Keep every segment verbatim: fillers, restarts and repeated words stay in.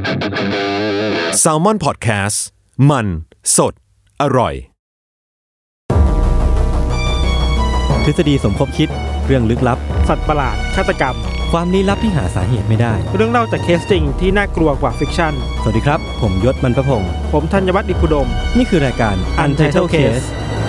Salmon Podcast มันสดอร่อยทฤษฎีสมคบคิดเรื่องลึกลับสัตว์ประหลาดฆาตกรรมความลี้ลับที่หาสาเหตุไม่ได้เรื่องเล่าจากเคสจริงที่น่ากลัวกว่าฟิกชั่นสวัสดีครับผมยศมันประพงษ์ผมธัญวัฒน์อิพุดมนี่คือรายการ Untitled Case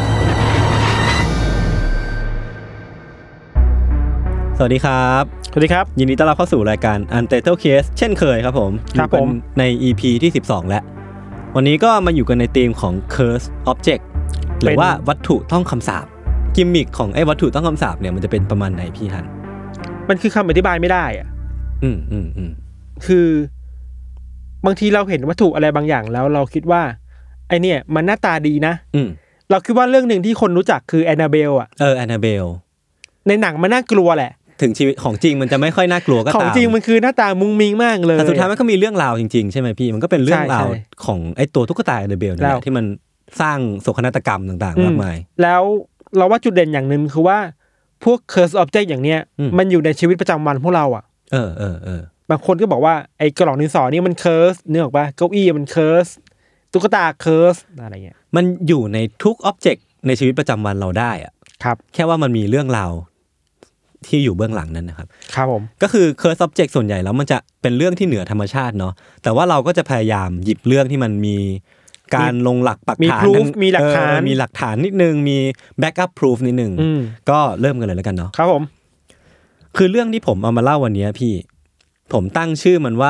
สวัสดีครับสวัสดีครับยินดีต้อนรับเข้าสู่รายการ Untitled Case เช่นเคยครับผมครับผมใน อี พี ที่สิบสองแล้ววันนี้ก็มาอยู่กันในธีมของ Curse Object หรือว่าวัตถุต้องคำสาปกิมมิคของไอ้วัตถุต้องคำสาปเนี่ยมันจะเป็นประมาณไหนพี่ทันมันคือคำอธิบายไม่ได้อ่ะอืมอืมอืมคือบางทีเราเห็นวัตถุอะไรบางอย่างแล้วเราคิดว่าไอเนี่ยมันหน้าตาดีนะอืมเราคิดว่าเรื่องนึงที่คนรู้จักคือแอนนาเบลอ่ะเออแอนนาเบลในหนังมันน่ากลัวแหละถึงชีวิตของจริงมันจะไม่ค่อยน่ากลัวก็ตามของจริงมันคือหน้าตามุ้งมิ้งมากเลยแต่สุดท้ายมันก็มีเรื่องราวจริงๆใช่ไหมพี่มันก็เป็นเรื่องราวของไอ้ตัวตุ๊กตาแอนนาเบลนี่แหละที่มันสร้างโศกนาฏกรรมต่างๆมากมายแล้วเราว่าจุดเด่นอย่างนึงคือว่าพวก curse object อย่างเนี้ยมันอยู่ในชีวิตประจำวันพวกเราอ่ะเออเออเออบางคนก็บอกว่าไอ้กระหล่ำดินสอนี่มัน curse นึกออกป่ะเก้าอี้มัน curse ตุ๊กตา curse อะไรเงี้ยมันอยู่ในทุก object ในชีวิตประจำวันเราได้อ่ะครับแค่ว่ามันมีเรื่องราวที่อยู่เบื้องหลังนั้นนะครับครับผมก็คือ curse object ส่วนใหญ่แล้วมันจะเป็นเรื่องที่เหนือธรรมชาติเนาะแต่ว่าเราก็จะพยายามหยิบเรื่องที่มันมีการลงหลักปักฐานมีหลักฐานมีหลักฐานนิดนึงมี backup proof นิดนึงก็เริ่มกันเลยแล้วกันเนาะครับผมคือเรื่องที่ผมเอามาเล่าวันนี้พี่ผมตั้งชื่อมันว่า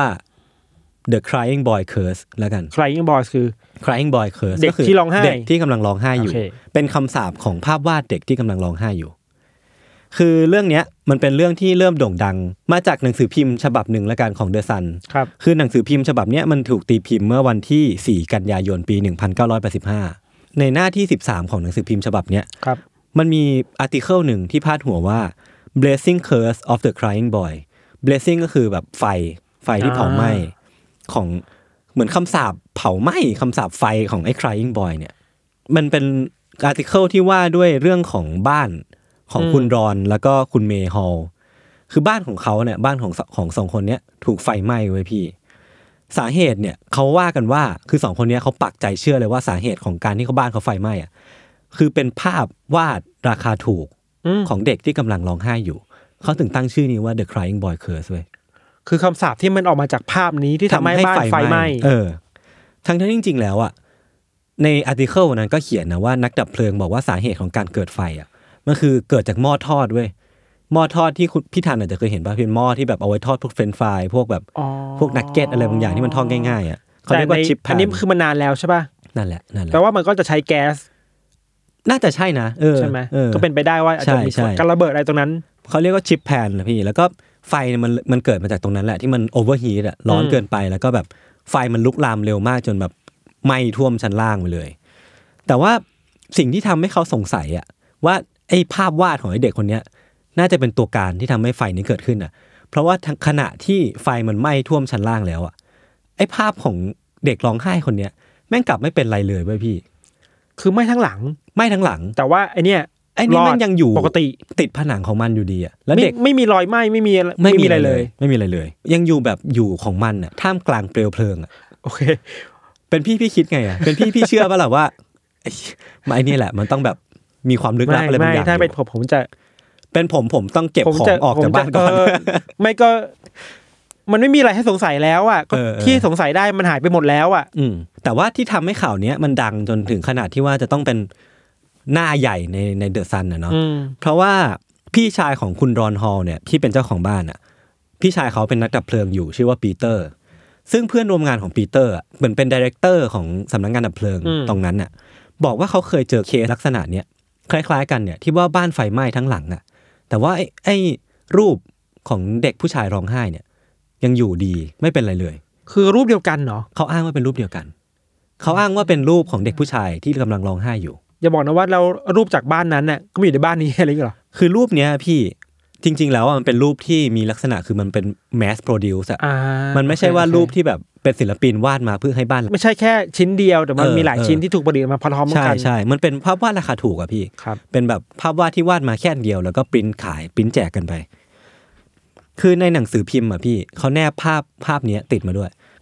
The Crying Boy Curse แล้วกัน Crying Boy คือ Crying Boy Curse เด็กที่ร้องไห้เด็กที่กำลังร้องไห้อยู่เป็นคำสาปของภาพวาดเด็กที่กำลังร้องไห้อยู่คือเรื่องนี้มันเป็นเรื่องที่เริ่มโด่งดังมาจากหนังสือพิมพ์ฉบับหนึ่งละกันของ The Sun ครับคือหนังสือพิมพ์ฉบับนี้มันถูกตีพิมพ์เมื่อวันที่สี่กันยายนปีหนึ่งพันเก้าร้อยแปดสิบห้าในหน้าที่สิบสามของหนังสือพิมพ์ฉบับนี้ครับมันมีอาร์ติเคิลหนึ่งที่พาดหัวว่า Blazing Curse of the Crying Boy Blazing ก็คือแบบไฟไฟที่เผาไหม้ของเหมือนคำสาปเผาไหม้คำสาปไฟของไอ้ Crying Boy เนี่ยมันเป็นอาร์ติเคิลที่ว่าด้วยเรื่องของบ้านของคุณรอนแล้วก็คุณเมย์ฮอลคือบ้านของเขาเนี่ยบ้านของของสองคนเนี้ยถูกไฟไหม้ไว้พี่สาเหตุเนี่ยเขาว่ากันว่าคือสองคนเนี้ยเขาปักใจเชื่อเลยว่าสาเหตุของการที่เขาบ้านเขาไฟไหม้อ่ะคือเป็นภาพวาดราคาถูกของเด็กที่กำลังร้องไห้อยู่เขาถึงตั้งชื่อนี้ว่า The Crying Boy Curse เว้ยคือคำสาปที่มันออกมาจากภาพนี้ที่ทำให้บ้านไฟไหม้เออทั้งที่จริงๆแล้วอ่ะในอาร์ติเคิลนั้นก็เขียนนะว่านักดับเพลิงบอกว่าสาเหตุของการเกิดไฟอ่ะมันคือเกิดจากหม้อทอดเว้ยหม้อทอดที่คุณพี่ทันอาจจะเคยเห็นป่ะเป็นหม้อที่แบบเอาไว้ทอดพวกเฟรนช์ฟรายพวกแบบพวกนักเก็ตอะไรบางอย่างที่มันทอดง่ายๆอ่ะเขาเรียกว่าชิปแพนอันนี้คือมันนานแล้วใช่ป่ะนั่นแหละนั่นแหละแต่ว่ามันก็จะใช้แก๊สน่าจะใช่นะเออใช่ไหมก็เป็นไปได้ว่าอาจจะมีการระเบิดอะไรตรงนั้นเขาเรียกว่าชิปแพนนะพี่แล้วก็ไฟมันมันเกิดมาจากตรงนั้นแหละที่มันโอเวอร์ฮีทอ่ะร้อนเกินไปแล้วก็แบบไฟมันลุกลามเร็วมากจนแบบไหม้ท่วมชั้นล่างไปเลยแต่ว่าสิ่งที่ทำให้เขาสงสัยอ่ะว่าไอ้ภาพวาดของไอ้เด็กคนนี้น่าจะเป็นตัวการที่ทำให้ไฟนี้เกิดขึ้นอ่ะเพราะว่าขณะที่ไฟมันไหม้ท่วมชั้นล่างแล้วอ่ะไอ้ภาพของเด็กร้องไห้คนเนี้ยแม่งกลับไม่เป็นไรเลยเว้ยพี่คือไหม้ทั้งหลังไหม้ทั้งหลังแต่ว่าไอ้เนี้ยไอ้นี่มันยังอยู่ปกติติดผนังของมันอยู่ดีอ่ะแล้วเด็กไม่มีรอยไหม้ไม่มีไม่มีอะไรเลยไม่มีอะไรเลยยังอยู่แบบอยู่ของมันอ่ะท่ามกลางเปลวเพลิงอ่ะโอเคเป็นพี่พี่คิดไงอ่ะเป็นพี่พี่เชื่อป่ะล่ะว่าไอ้นี่แหละมันต้องแบบมีความลึกลับอะไรบางอย่างถ้าเป็นผมผมจะเป็นผมผมต้องเก็บของออกจากบ้านก่อนไม่ก็มันไม่มีอะไรให้สงสัยแล้วอ่ะที่สงสัยได้มันหายไปหมดแล้วอ่ะอืมแต่ว่าที่ทำให้ข่าวนี้มันดังจนถึงขนาดที่ว่าจะต้องเป็นหน้าใหญ่ในในเดอะซันน่ะเนาะเพราะว่าพี่ชายของคุณรอนฮอลเนี่ยที่เป็นเจ้าของบ้านอ่ะพี่ชายเขาเป็นนักดับเพลิงอยู่ชื่อว่าปีเตอร์ซึ่งเพื่อนร่วมงานของปีเตอร์เหมือนเป็นไดเรคเตอร์ของสำนักงานดับเพลิงตรงนั้นน่ะบอกว่าเขาเคยเจอเคสลักษณะเนี้ยคล้ายๆกันเนี่ยที่ว่าบ้านไฟไหม้ทั้งหลังอ่ะแต่ว่าไอ้ไอ้รูปของเด็กผู้ชายร้องไห้เนี่ยยังอยู่ดีไม่เป็นไรเลยคือรูปเดียวกันเนาะเขาอ้างว่าเป็นรูปเดียวกันเขาอ้างว่าเป็นรูปของเด็กผู้ชายที่กำลังร้องไห้อยู่อย่าบอกนะว่าเรารูปจากบ้านนั้นน่ะก็มีอยู่ในบ้านนี้อะไรอย่างเงี้ยหรอคือรูปเนี้ยพี่จริงๆแล้วมันเป็นรูปที่มีลักษณะคือมันเป็น mass produce อ่ะมันไม่ใช่ว่ารูปที่แบบเป็นศิลปินวาดมาเพื่อให้บ้านไม่ใช่แค่ชิ้นเดียวแต่มันมีหลายชิ้นที่ถูกประดิษฐ์มาพร้อมๆกันใช่ๆมันเป็นภาพวาดราคาถูกอ่ะพี่เป็นแบบภาพวาดที่วาดมาแค่อันเดียวแล้วก็ปริ้นขายปริ้นแจกกันไปคือในหนังสือพิมพ์อ่ะพี่เขาแนบภาพภาพนี้ติดมาด้วย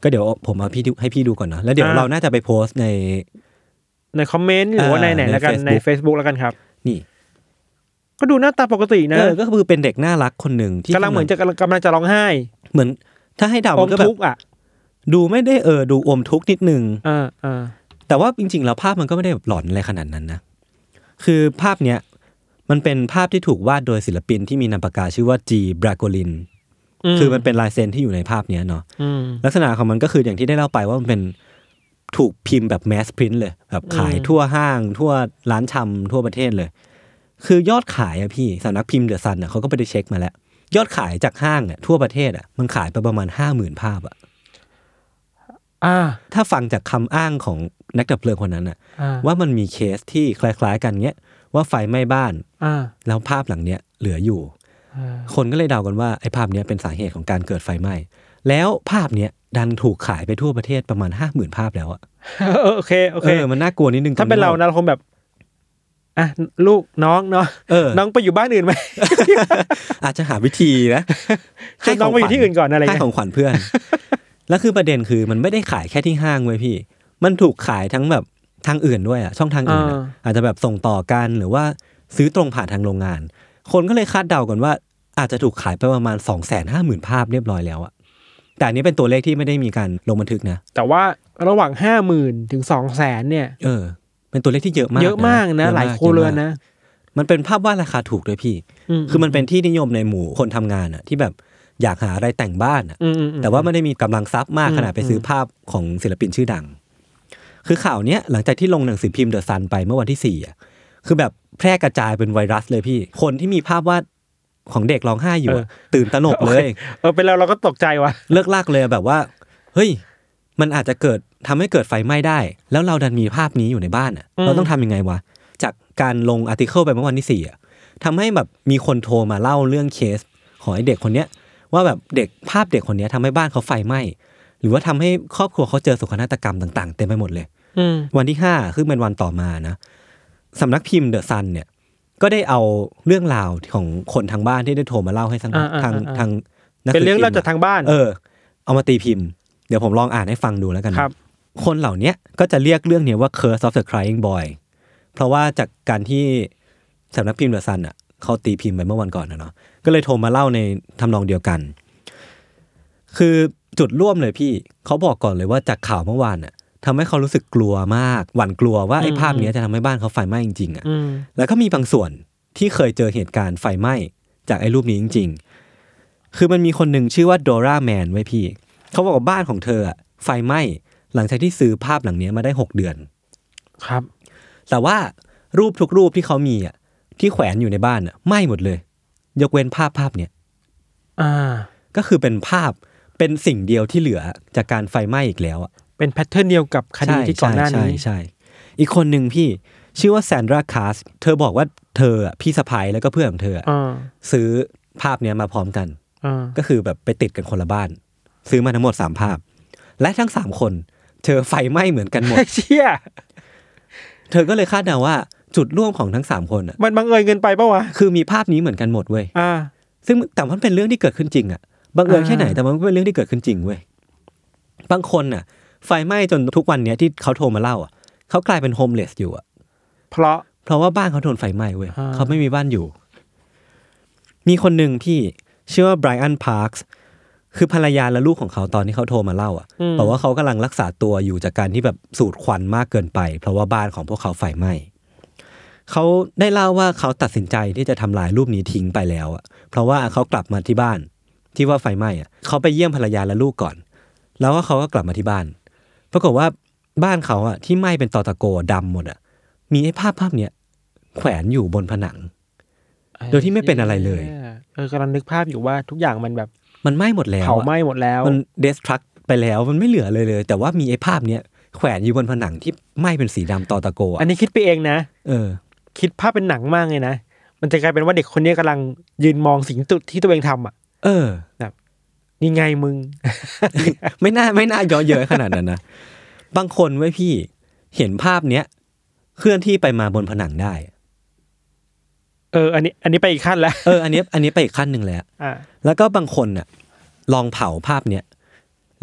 ก็เดี๋ยวผมเอาพี่ให้พี่ดูก่อนนะแล้วเดี๋ยวเราน่าจะไปโพสต์ในในคอมเมนต์หรือว่าในไหนแล้วกันใน Facebook แล้วกันครับนี่ก็ดูหน้าตาปกตินะเออก็คือเป็นเด็กน่ารักคนหนึ่งที่กำลังเหมือนจะกำลังจะร้องไห้เหมือนถ้าให้เดามันก็แบบดูไม่ได้เออดูอมทุกข์นิดนึงอ่าอ่าแต่ว่าจริงๆแล้วภาพมันก็ไม่ได้แบบหลอนอะไรขนาดนั้นนะคือภาพเนี้ยมันเป็นภาพที่ถูกวาดโดยศิลปินที่มีนามปากกาชื่อว่าจีบราโกลินคือมันเป็นลายเซ็นที่อยู่ในภาพเนี้ยเนาะลักษณะของมันก็คืออย่างที่ได้เล่าไปว่ามันเป็นถูกพิมพ์แบบแมสพรินท์เลยแบบขายทั่วห้างทั่วร้านชำทั่วประเทศเลยคือยอดขายอะพี่สำนักพิมพ์เดอะซันอะเขาก็ไปได้เช็คมาแล้วยอดขายจากห้างอะทั่วประเทศอะมันขายไปประมาณ ห้าหมื่น ภาพอะอ่าถ้าฟังจากคำอ้างของนักดับเพลิงคนนั้นอะว่ามันมีเคสที่คล้ายๆกันเงี้ยว่าไฟไหม้บ้านแล้วภาพหลังเนี้ยเหลืออยู่คนก็เลยเดากันว่าไอ้ภาพเนี้ยเป็นสาเหตุของการเกิดไฟไหม้แล้วภาพเนี้ยดันถูกขายไปทั่วประเทศประมาณ ห้าหมื่น ภาพแล้วอะโอเคโอเคเออมันน่ากลัวนิดนึงถ้าเป็นเรานะเราคงแบบอ่ะลูกน้องเนาะน้องไปอยู่บ้านอื่นไหมอาจจะหาวิธีนะให้น้องไปอยู่ที่อื่นก่อนอะไรให้ของขวัญเพื่อนแล้วคือประเด็นคือมันไม่ได้ขายแค่ที่ห้างเว้ยพี่มันถูกขายทั้งแบบทางอื่นด้วยอ่ะช่องทางอื่นอาจจะแบบส่งต่อกันหรือว่าซื้อตรงผ่านทางโรงงานคนก็เลยคาดเดากันว่าอาจจะถูกขายไปประมาณ สองแสนห้าหมื่น ภาพเรียบร้อยแล้วอ่ะแต่อันนี้เป็นตัวเลขที่ไม่ได้มีการลงบันทึกนะแต่ว่าระหว่าง ห้าหมื่น ถึง สองแสน เนี่ยเออเป็นตัวเลขที่เยอะมากเยอะมากนะหลายโคเรือนนะมันเป็นภาพวาดราคาถูกด้วยพี่คือมันเป็นที่นิยมในหมู่คนทำงานอ่ะที่แบบอยากหาอะไรแต่งบ้านอ่ะแต่ว่าไม่ได้มีกำลังทรัพย์มากขนาดไปซื้อภาพของศิลปินชื่อดังคือข่าวเนี้ยหลังจากที่ลงหนังสือพิมพ์เดอะซันไปเมื่อวันที่สี่อ่ะคือแบบแพร่กระจายเป็นไวรัสเลยพี่คนที่มีภาพวาดของเด็กร้องไห้อยู่ตื่นตระหนกเลยเออเป็นเราเราก็ตกใจว่ะเลิกลากเลยแบบว่าเฮ้ยมันอาจจะเกิดทำให้เกิดไฟไหม้ได้แล้วเราดันมีภาพนี้อยู่ในบ้านอ่ะเราต้องทำยังไงวะจากการลงอาร์ติเคิลไปเมื่อวันที่สี่อ่ะทำให้แบบมีคนโทรมาเล่าเรื่องเคสของไอ้เด็กคนเนี้ยว่าแบบเด็กภาพเด็กคนนี้ทำให้บ้านเขาไฟไหม้หรือว่าทำให้ครอบครัวเขาเจอโศกนาฏกรรมต่างๆเต็มไปหมดเลยวันที่ห้าคือเป็นวันต่อมานะสำนักพิมพ์เดอะซันเนี่ยก็ได้เอาเรื่องราวของคนทางบ้านที่ได้โทรมาเล่าให้ทางทางทางเป็นเรื่องเล่าจากทางบ้านเออเอามาตีพิมพ์เดี๋ยวผมลองอ่านให้ฟังดูแล้วกันครับคนเหล่านี้ก็จะเรียกเรื่องนี้ว่า Curse of the Crying Boy เพราะว่าจากการที่สำนักพิมพ์เดอะซันอ่ะเขาตีพิมพ์ไปเมื่อวันก่อนนะเนาะก็เลยโทรมาเล่าในทำนองเดียวกันคือจุดร่วมเลยพี่เขาบอกก่อนเลยว่าจากข่าวเมื่อวานอ่ะทำให้เขารู้สึกกลัวมากหวั่นกลัวว่าไอ้ภาพนี้จะทำให้บ้านเขาไฟไหม้จริงๆอ่ะแล้วก็มีบางส่วนที่เคยเจอเหตุการณ์ไฟไหม้จากไอ้รูปนี้จริงๆคือมันมีคนหนึ่งชื่อว่าโดราแมนไว้พี่เขาบอกว่าบ้านของเธออ่ะไฟไหม้หลังจากที่ซื้อภาพหลังนี้มาได้หกเดือนครับแต่ว่ารูปทุกรูปที่เขามีอ่ะที่แขวนอยู่ในบ้านอ่ะไหม้หมดเลยยกเว้นภาพภาพเนี้ยอ่าก็คือเป็นภาพเป็นสิ่งเดียวที่เหลือจากการไฟไหม้อีกแล้วอ่ะเป็นแพทเทิร์นเดียวกับคดีที่ก่อนหน้านี้ใช่ๆอีกคนนึงพี่ชื่อว่าแซนดราคาสเธอบอกว่าเธออ่ะพี่สะใภ้แล้วก็เพื่อนของเธอซื้อภาพเนี้ยมาพร้อมกันก็คือแบบไปติดกันคนละบ้านซื้อมาทั้งหมดสามภาพและทั้งสามคนเธอไฟไหม้เหมือนกันหมดเชี่ยเธอก็เลยคาดเดาว่าจุดร่วมของทั้งสามคนอ่ะมันบังเอิญเกินไปปะวะคือมีภาพนี้เหมือนกันหมดเว้ยอ่าซึ่งแต่มันเป็นเรื่องที่เกิดขึ้นจริงอ่ะบังเอิญแค่ไหนแต่มันเป็นเรื่องที่เกิดขึ้นจริงเว้ยบางคนน่ะไฟไหม้จนทุกวันนี้ที่เขาโทรมาเล่าอ่ะเขากลายเป็นโฮมเลสอยู่อ่ะเพราะเพราะว่าบ้านเขาโดนไฟไหม้เว้ยเขาไม่มีบ้านอยู่มีคนหนึ่งที่ชื่อว่าไบรอันพาร์คส์คือภรรยาและลูกของเขาตอนที่เขาโทรมาเล่าอ่ะบอกว่าเขากำลังรักษาตัวอยู่จากการที่แบบสูดควันมากเกินไปเพราะว่าบ้านของพวกเขาไฟไหม้เขาได้เล่าว่าเขาตัดสินใจที่จะทำลายรูปนี้ทิ้งไปแล้วอ่ะเพราะว่าเขากลับมาที่บ้านที่ว่าไฟไหม้อ่ะเขาไปเยี่ยมภรรยาและลูกก่อนแล้วก็เขาก็กลับมาที่บ้านปรากฏว่าบ้านเขาอ่ะที่ไหม้เป็นตอตะโกดำหมดอ่ะมีไอ้ภาพภาพเนี้ยแขวนอยู่บนผนังโดยที่ไม่เป็นอะไรเลยเออกำลังนึกภาพอยู่ว่าทุกอย่างมันแบบมันไหม้หมดแล้วเผาไหม้หมดแล้วมันเดสทรัคไปแล้วมันไม่เหลือเลยเลยแต่ว่ามีไอ้ภาพเนี้ยแขวนอยู่บนผนังที่ไหม้เป็นสีดำตอตะโกอันนี้คิดไปเองนะเออคิดภาพเป็นหนังมากเลยนะมันจะกลายเป็นว่าเด็กคนนี้กำลังยืนมองสิ่งที่ตัวเองทำอ่ะเออแบบนี่ไงมึงไม่น่าไม่น่าย่อเยอะขนาดนั้นนะบางคนไว้พี่เห็นภาพเนี้ยเคลื่อนที่ไปมาบนผนังได้เอออันนี้อันนี้ไปอีกขั้นแล้วเอออันนี้อันนี้ไปอีกขั้นนึงแล้วอ่าแล้วก็บางคนน่ะลองเผาภาพเนี้ย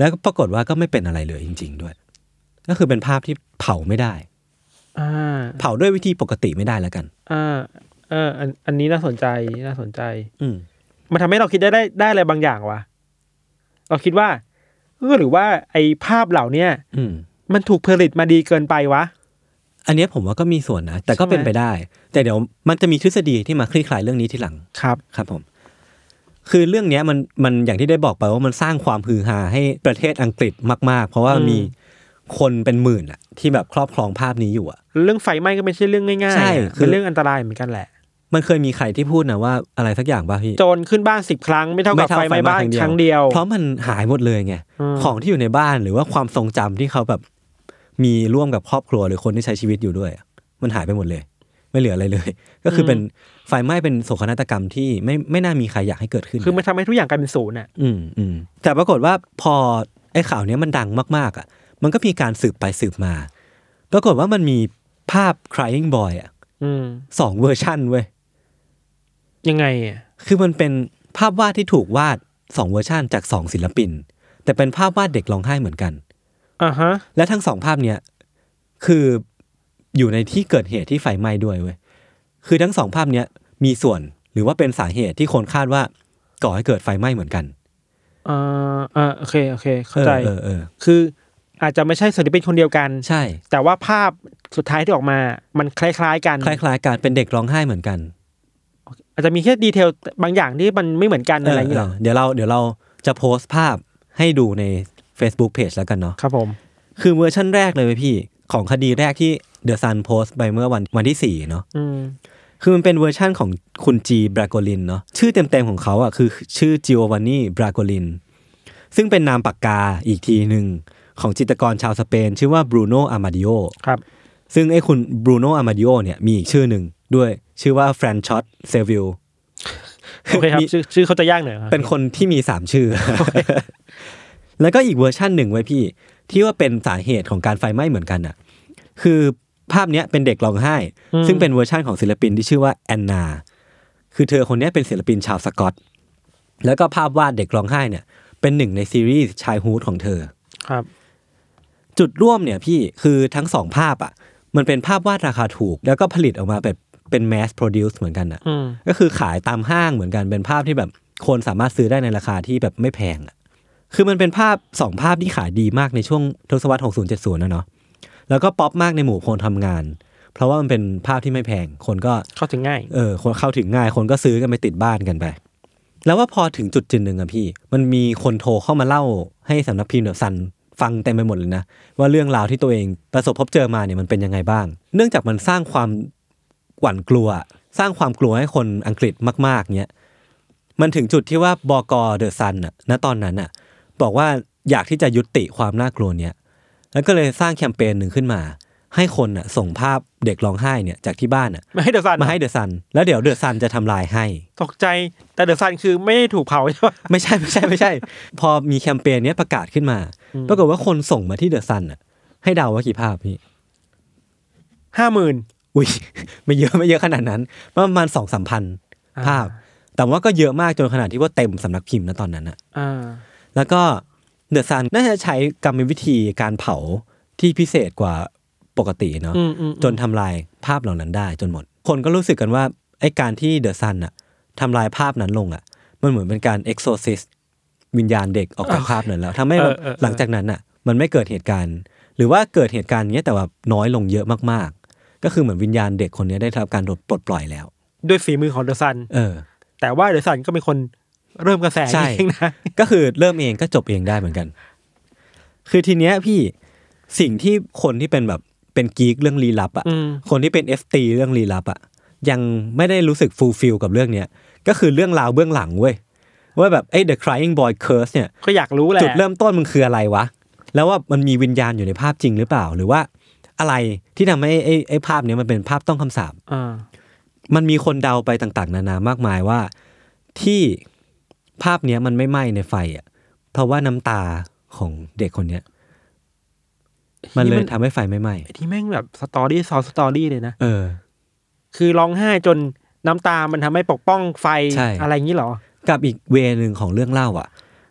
แล้วปรากฏว่าก็ไม่เป็นอะไรเลยจริงๆด้วยก็คือเป็นภาพที่เผาไม่ได้อ่าเผาด้วยวิธีปกติไม่ได้แล้วกันอ่าเอออันอันนี้น่าสนใจน่าสนใจอืมมันทำให้เราคิดได้ได้ได้อะไรบางอย่างวะเราคิดว่าเออหรือว่าไอ้ภาพเหล่าเนี้ยอืมมันถูกผลิตมาดีเกินไปวะอันนี้ผมว่าก็มีส่วนนะแต่ก็เป็นไปได้แต่เดี๋ยวมันจะมีทฤษฎีที่มาคลี่คลายเรื่องนี้ทีหลังครับครับผมคือเรื่องนี้มันมันอย่างที่ได้บอกไปว่ามันสร้างความฮือฮาให้ประเทศอังกฤษมากๆเพราะว่ามีคนเป็นหมื่นอะที่แบบครอบครองภาพนี้อยู่อะเรื่องไฟไหม้ก็ไม่ใช่เรื่องง่ายๆใช่คือเรื่องอันตรายเหมือนกันแหละมันเคยมีใครที่พูดนะว่าอะไรสักอย่างป่ะพี่โจรขึ้นบ้านสิบครั้งไม่เท่ากับไฟไหม้บ้านครั้งเดียวเพราะมันหายหมดเลยไงของที่อยู่ในบ้านหรือว่าความทรงจำที่เขาแบบมีร่วมกับครอบครัวหรือคนที่ใช้ชีวิตอยู่ด้วยมันหายไปหมดเลยไม่เหลืออะไรเลยก็คือเป็นไฟไหม้เป็นโศกนาฏกรรมที่ไม่ไม่น่ามีใครอยากให้เกิดขึ้นคือมันทำให้ทุกอย่างกลายเป็นศูนย์อ่ะอืมอืมแต่ปรากฏว่าพอไอ้ข่าวนี้มันดังมากๆอ่ะมันก็มีการสืบไปสืบมาปรากฏว่ามันมีภาพ crying boy อ่ะสองเวอร์ชันเว้ยยังไงอ่ะคือมันเป็นภาพวาดที่ถูกวาดสองเวอร์ชันจากสองศิลปินแต่เป็นภาพวาดเด็กร้องไห้เหมือนกันอ่าฮะและทั้งสองภาพเนี้ยคืออยู่ในที่เกิดเหตุที่ไฟไหม้ด้วยเว้ยคือทั้งสองภาพเนี้ยมีส่วนหรือว่าเป็นสาเหตุที่คนคาดว่าก่อให้เกิดไฟไหม้เหมือนกันอ่าอ่าโอเคโอเคเข้าใจเออเออคืออาจจะไม่ใช่ศิลปินคนเดียวกันใช่แต่ว่าภาพสุดท้ายที่ออกมามันคล้ายๆกันคล้ายๆกันเป็นเด็กร้องไห้เหมือนกันอาจจะมีแค่ดีเทลบางอย่างที่มันไม่เหมือนกันอะไรอย่างเงี้ยเดี๋ยวเราเดี๋ยวเราจะโพสต์ภาพให้ดูใน Facebook Page แล้วกันเนาะครับผมคือเวอร์ชั่นแรกเลยพี่ของคดีแรกที่เดอะซันโพสต์ไปเมื่อวันวันที่สี่เนาะคือมันเป็นเวอร์ชั่นของคุณจีบราโกลินเนาะชื่อเต็มๆของเขาอ่ะคือชื่อจิโอวานนีบราโกลินซึ่งเป็นนามปากกาอีกทีหนึ่งของจิตรกรชาวสเปนชื่อว่าบรูโนอามาดิโอครับซึ่งไอ้คุณบรูโนอามาดิโอเนี่ยมีอีกชื่อหนึ่งด้วยชื่อว่าแฟรนชอตเซวิลโอเคครับชื่อชื่อเขาจะยากหน่อยเป็นคนที่มีสามชื่อ แล้วก็อีกเวอร์ชั่นหนึ่งไว้พี่ที่ว่าเป็นสาเหตุของการไฟไหม้เหมือนกันอ่ะคือภาพนี้เป็นเด็กร้องไห้ซึ่งเป็นเวอร์ชั่นของศิลปินที่ชื่อว่าแอนนาคือเธอคนนี้เป็นศิลปินชาวสกอตแล้วก็ภาพวาดเด็กร้องไห้เนี่ยเป็นหนึ่งในซีรีส์ชายฮูดของเธอครับจุดร่วมเนี่ยพี่คือทั้งสองภาพอ่ะมันเป็นภาพวาดราคาถูกแล้วก็ผลิตออกมาแบบเป็นแมสโปรดิวซ์เหมือนกันอ่ะก็คือขายตามห้างเหมือนกันเป็นภาพที่แบบคนสามารถซื้อได้ในราคาที่แบบไม่แพงอ่ะคือมันเป็นภาพสองภาพที่ขายดีมากในช่วงทศวรรษหกสิบ เจ็ดสิบนะเนาะแล้วก็ป๊อปมากในหมู่คนทำงานเพราะว่ามันเป็นภาพที่ไม่แพงคนก็เข้าถึงง่ายเออคนเข้าถึงง่ายคนก็ซื้อกันไปติดบ้านกันไปแล้วว่าพอถึงจุดจุดหนึ่งอะพี่มันมีคนโทรเข้ามาเล่าให้สำนักพิมพ์เดอะซันฟังเต็มไปหมดเลยนะว่าเรื่องราวที่ตัวเองประสบพบเจอมาเนี่ยมันเป็นยังไงบ้างเนื่องจากมันสร้างความหวั่นกลัวสร้างความกลัวให้คนอังกฤษมากๆเนี้ยมันถึงจุดที่ว่าบก.เดอะซันอะณตอนนั้นอะบอกว่าอยากที่จะยุติความน่ากลัวเนี้ยแล้วก็เลยสร้างแคมเปญหนึ่งขึ้นมาให้คนน่ะส่งภาพเด็กร้องไห้เนี่ยจากที่บ้านน่ะมาให้เดอะซันมาให้เดอะซันแล้วเดี๋ยวเดอะซันจะทำลายให้ตกใจแต่เดอะซันคือไม่ได้ถูกเผาใช่ป่ะไม่ใช่ไม่ใช่ไม่ใช่พอมีแคมเปญนี้ประกาศขึ้นมาปรากฏว่าคนส่งมาที่เดอะซันน่ะให้เดาว่ากี่ภาพพี่ห้าหมื่นอุ้ยไม่เยอะไม่เยอะขนาดนั้นประมาณ สองถึงสามพัน ภาพแต่ว่าก็เยอะมากจนขนาดที่ว่าเต็มสำนักพิมพ์ณตอนนั้นน่ะอ่าแล้วก็เดอะซันน่าจะใช้กรรมวิธีการเผาที่พิเศษกว่าปกติเนาะจนทำลายภาพเหล่านั้นได้จนหมดคนก็รู้สึกกันว่าไอ้การที่เดอะซันอะทำลายภาพนั้นลงอะมันเหมือนเป็นการเอ็กโซซิสวิญญาณเด็กออกจากภาพนั้นแล้วทำให้หลังจากนั้นอะมันไม่เกิดเหตุการณ์หรือว่าเกิดเหตุการณ์นี้แต่ว่าน้อยลงเยอะมากๆก็คือเหมือนวิญญาณเด็กคนนี้ได้รับการปลดปล่อยแล้วด้วยฝีมือของเดอะซันเออแต่ว่าเดอะซันก็เป็นคนเริ่มกระแสเองนะก็คือเริ่มเองก็จบเองได้เหมือนกันคือทีเนี้ยพี่สิ่งที่คนที่เป็นแบบเป็นกี๊กเรื่องลี้ลับอ่ะคนที่เป็น เอฟ ที เรื่องลี้ลับอ่ะยังไม่ได้รู้สึกฟูลฟิลกับเรื่องเนี้ยก็คือเรื่องราวเบื้องหลังเว้ยว่าแบบไอ้ The Crying Boy Curse เนี่ยก็อยากรู้แหละจุดเริ่มต้นมันคืออะไรวะแล้วว่ามันมีวิญญาณอยู่ในภาพจริงหรือเปล่าหรือว่าอะไรที่ทำให้ไอ้ไอ้ภาพนี้มันเป็นภาพต้องคำสาปมันมีคนเดาไปต่างๆนานามากมายว่าที่ภาพนี้มันไม่ไหม้ในไฟอ่ะเพราะว่าน้ำตาของเด็กคนเนี้ยมันเลยทำให้ไฟไม่ไหม้ที่แม่งแบบสตอรี่ซอสสตอรี่เลยนะเออคือร้องไห้จนน้ำตามันทำให้ปกป้องไฟอะไรอย่างนี้หรอกับอีกเวนึงของเรื่องเล่าอ่ะ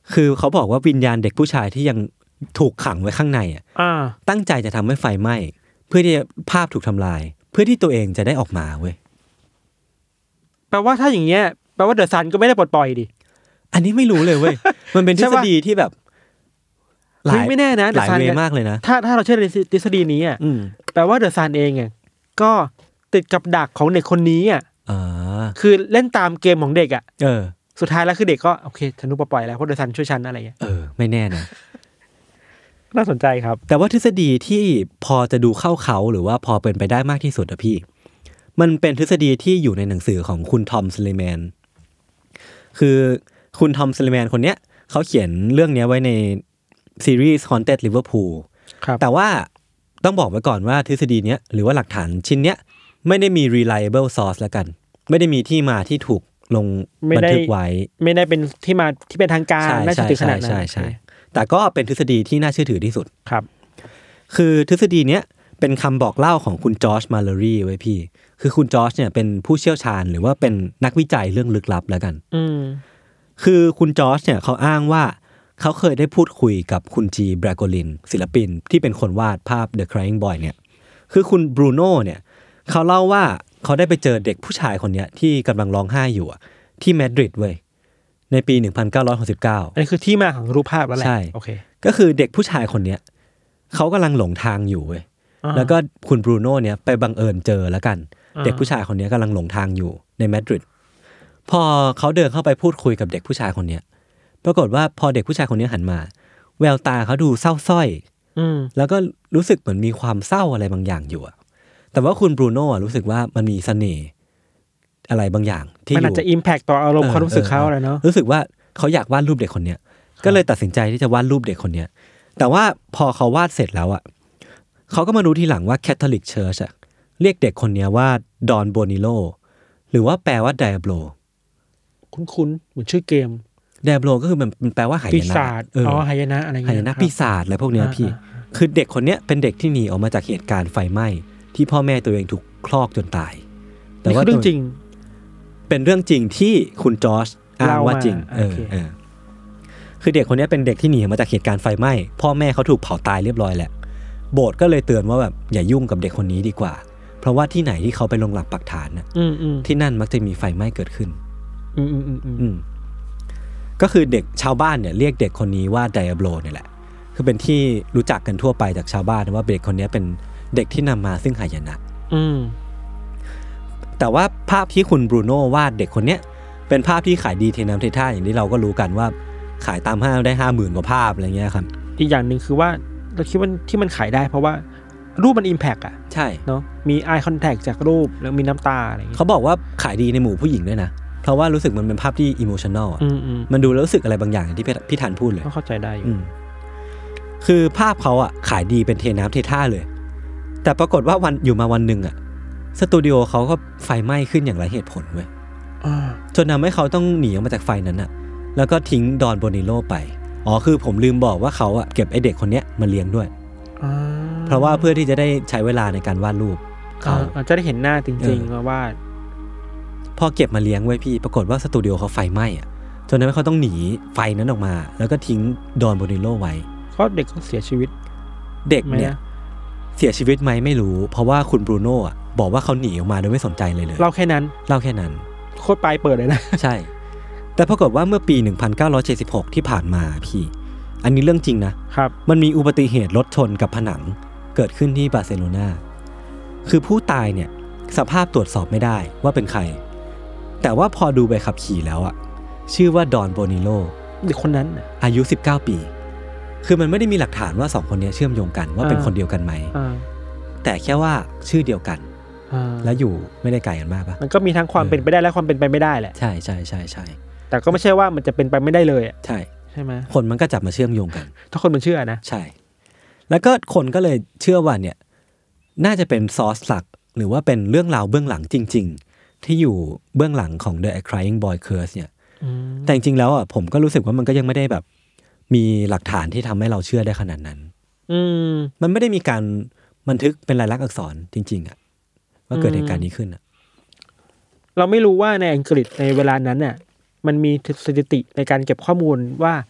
คือเขาบอกว่าวิญญาณเด็กผู้ชายที่ยังถูกขังไว้ข้างในอ่ะอ่าตั้งใจจะทำให้ไฟไหม้เพื่อที่ภาพถูกทำลายเพื่อที่ตัวเองจะได้ออกมาเว้ยแปลว่าถ้าอย่างเงี้ยแปลว่าเดอะซันก็ไม่ได้ปลดปล่อยดิอันนี้ไม่รู้เลยเว้ย มันเป็นทฤษฎีที่แบบหลายไม่แน่นะหลาย The Sun เวเนี่ยมากเลยนะถ้าถ้าเราเชื่อในทฤษฎีนี้อ่ะอืมแปลว่าเดอะซันเองอ่ะก็ติดกับดักของเด็กคนนี้อ่ะอ่าคือเล่นตามเกมของเด็กอ่ะเออสุดท้ายแล้วคือเด็กก็โอเคฉันนุปปล่อยแล้วเพราะเดอะซันช่วยฉันอะไรเงี้ยเออ ไม่แน่นะน่าสนใจครับแต่ว่าทฤษฎีที่พอจะดูเข้าเขาหรือว่าพอเป็นไปได้มากที่สุดอะพี่ มันเป็นทฤษฎีที่อยู่ในหนังสือของคุณทอมสเลแมนคือคุณทอมสเลแมนคนเนี้ยเขาเขียนเรื่องนี้ไว้ในซีรีส์ Haunted Liverpool ครับแต่ว่าต้องบอกไว้ก่อนว่าทฤษฎีเนี้ยหรือว่าหลักฐานชิ้นเนี้ยไม่ได้มี reliable source แล้วกัน ไม่ได้มีที่มาที่ถูกลงไม่บันได้ทึกไว้ไม่ได้เป็นที่มาที่เป็นทางการใช่น่าเชื่อใช่ถือขใช่นาดนั้นใช่ใช่แต่ก็เป็นทฤษฎีที่น่าเชื่อถือที่สุดครับคือทฤษฎีเนี้ยเป็นคำบอกเล่าของคุณจอร์จมาลเลอรี่ไว้พี่ คือคุณจอร์จเนี่ยเป็นผู้เชี่ยวชาญหรือว่าเป็นนักวิจัยเรื่องลึกลับแล้วกันอืมคือคุณจอร์จเนี่ยเขาอ้างว่าเขาเคยได้พูดคุยกับคุณจีแบรโกลินศิลปินที่เป็นคนวาดภาพ The Crying Boy เนี่ย คือคุณบรูโน่เนี่ยเขาเล่าว่าเขาได้ไปเจอเด็กผู้ชายคนเนี้ยที่กำลังร้องไห้อยู่อะที่มาดริดเว้ยในปีหนึ่งพันเก้าร้อยหกสิบเก้าอันนี้คือที่มาของรูปภาพแล้วแหละใช่โอเคก็คือเด็กผู้ชายคนเนี้ยเขากำลังหลงทางอยู่เว้ยอ่าแล้วก็คุณบรูโน่เนี่ยไปบังเอิญเจอแล้วกันอ่าเด็กผู้ชายคนเนี้ยกำลังหลงทางอยู่ในมาดริดพอเขาเดินเข้าไปพูดคุยกับเด็กผู้ชายคนเนี้ยปรากฏว่าพอเด็กผู้ชายคนเนี้ยหันมา แววตาเขาดูเศร้าส้อยอืมแล้วก็รู้สึกเหมือนมีความเศร้าอะไรบางอย่างอยู่อะแต่ว่าคุณบรูโน่อะรู้สึกว่ามันมีเสน่ห์อะไรบางอย่างที่มันออาจยู่จะอิมแพคต่ออารมณ์ความรู้สึกเขาอะไรเนาะรู้สึกว่าเขาอยากวาดรูปเด็กคนเนี้ยก็เลยตัดสินใจที่จะวาดรูปเด็กคนเนี้ยแต่ว่าพอเขาวาดเสร็จแล้วอะเขาก็มารู้ทีหลังว่า Catholic Church อะเรียกเด็กคนเนี้ยว่าดอนโบนิโลหรือว่าแปลว่าไดอาโบลคุ้นๆเหมือนชื่อเกมไดอาโบลก็คือมันมันแปลว่าหายปีนะศาจเอออ๋อหายนะอะไรหาเงี้ยยนะครับ ปีศาจอะไรพวกเนี้ยอ่าพี่อ่าคือเด็กคนเนี้ยเป็นเด็กที่หนีออกมาจากเหตุการณ์ไฟไหม้ที่พ่อแม่ตัวเองถูกคลอกจนตาย แต่นี่ว่าคือเรื่องจริงเป็นเรื่องจริงที่คุณจอร์จอ้างว่าจริงเล่ามาเออโอเคเออคือเด็กคนเนี้ยเป็นเด็กที่หนีมาจากเหตุการณ์ไฟไหม้พ่อแม่เขาถูกเผาตายเรียบร้อยแหละโบสถ์ก็เลยเตือนว่าแบบอย่ายุ่งกับเด็กคนนี้ดีกว่า เพราะว่าที่ไหนที่เขาไปลงหลักปักฐานน่ะอืมอืมที่นั่นมักจะมีไฟไหม้เกิดขึ้นอืมอืมอืมอืมอืมก็คือเด็กชาวบ้านเนี่ยเรียกเด็กคนนี้ว่าไดอาโบลเนี่ยแหละคือเป็นที่รู้จักกันทั่วไปจากชาวบ้านว่าเด็กคนนี้เป็นเด็กที่นำมาซึ่งหายนะอืมแต่ว่าภาพที่คุณบรูโน่วาดเด็กคนเนี้ยเป็นภาพที่ขายดีเทน้ำเทท่าอย่างที่เราก็รู้กันว่าขายตามห้างได้ห้าหมื่นกว่าภาพอะไรเงี้ยครับอีกอย่างหนึ่งคือว่าเราคิดว่าที่มันขายได้เพราะว่ารูปมันอิมแพคอะใช่เนาะมี eye contact จากรูปแล้วมีน้ำตาอะไรอย่างเงี้ยเขาบอกว่าขายดีในหมู่ผู้หญิงด้วยนะเพราะว่ารู้สึกมันเป็นภาพที่อิโมชันแนลอ่ะอืมอืมมันดูแล้วรู้สึกอะไรบางอย่างอย่างที่พี่พี่ธันพูดเลยก็เข้าใจได้อยู่อืมคือภาพเขาอ่ะขายดีเป็นเทน้ำเทท่าเลย แต่ปรากฏว่าวันอยู่มาวันหนึ่งอ่ะสตูดิโอเขาก็ไฟไหม้ขึ้นอย่างไรเหตุผลเว้ยอ่าจนทำให้เขาต้องหนีออกมาจากไฟนั้นอ่ะ แล้วก็ทิ้งดอนโบนิโลไปอ๋อคือผมลืมบอกว่าเขาอ่ะเก็บไอเด็กคนเนี้ยมาเลี้ยงด้วยอ่าเพราะว่าเพื่อที่จะได้ใช้เวลาในการวาดรูปเขาอ่าอาจจะได้เห็นหน้าจริงเออๆว่าวาดพอเก็บมาเลี้ยงไว้พี่ปรากฏว่าสตูดิโอเขาไฟไหม้อ่ะจนทำให้เขาต้องหนีไฟนั้นออกมา แล้วก็ทิ้งดอนโบนิโลไว้เพราะเด็กเขาเสียชีวิตเด็กไหมเนี่ยนะเสียชีวิตไหมไม่รู้ เพราะว่าคุณบรูโน่อะบอกว่าเขาหนีออกมาโดยไม่สนใจเลยเลยเราแค่นั้นเล่าแค่นั้นโคตรปลายเปิดเลยนะใช่ แต่ปรากฏว่าเมื่อปีหนึ่งพันเก้าร้อยเจ็ดสิบหกที่ผ่านมาพี่ อันนี้เรื่องจริงนะครับ มันมีอุบัติเหตุรถชนกับผนังเกิดขึ้นที่บาร์เซโลนาคือผู้ตายเนี่ยสภาพตรวจสอบไม่ได้ว่าเป็นใคร แต่ว่าพอดูใบขับขี่แล้วอะชื่อว่าดอนโบนิโลเด็กคนนั้นน่ะอายุสิบเก้าปี คือมันไม่ได้มีหลักฐานว่าสองคนนี้เชื่อมโยงกันว่าเป็นอ่าคนเดียวกันไหมอ่าแต่แค่ว่าชื่อเดียวกันอ่าแล้วอยู่ไม่ได้ไกลกันมากปะมันก็มีทั้งความเป็นไปได้และความเป็นไปไม่ได้แหละใช่ใช่ใช่ใช่แต่ก็ไม่ใช่ว่ามันจะเป็นไปไม่ได้เลยอะใช่ใช่ไหมคนมันก็จับมาเชื่อมโยงกันถ้าคนมันเชื่อนะใช่ แล้วก็คนก็เลยเชื่อว่าเนี่ยน่าจะเป็นซอสหลักหรือว่าเป็นเรื่องราวเบื้องหลังจริง ๆ ที่อยู่เบื้องหลังของ The Crying Boy Curse เนี่ยอืมแต่จริงๆแล้วอ่ะผมก็รู้สึกว่ามันก็ยังไม่ได้แบบมีหลักฐานที่ทำให้เราเชื่อได้ขนาดนั้นอืมมันไม่ได้มีการบันทึกเป็นลายลักษณ์อักษรจริง ๆอ่ะว่าเกิดเหตุการณ์นี้ขึ้นอ่ะเราไม่รู้ว่าในอังกฤษในเวลานั้นน่ะมันมีสถิติในการเก็บข้อมูลว่า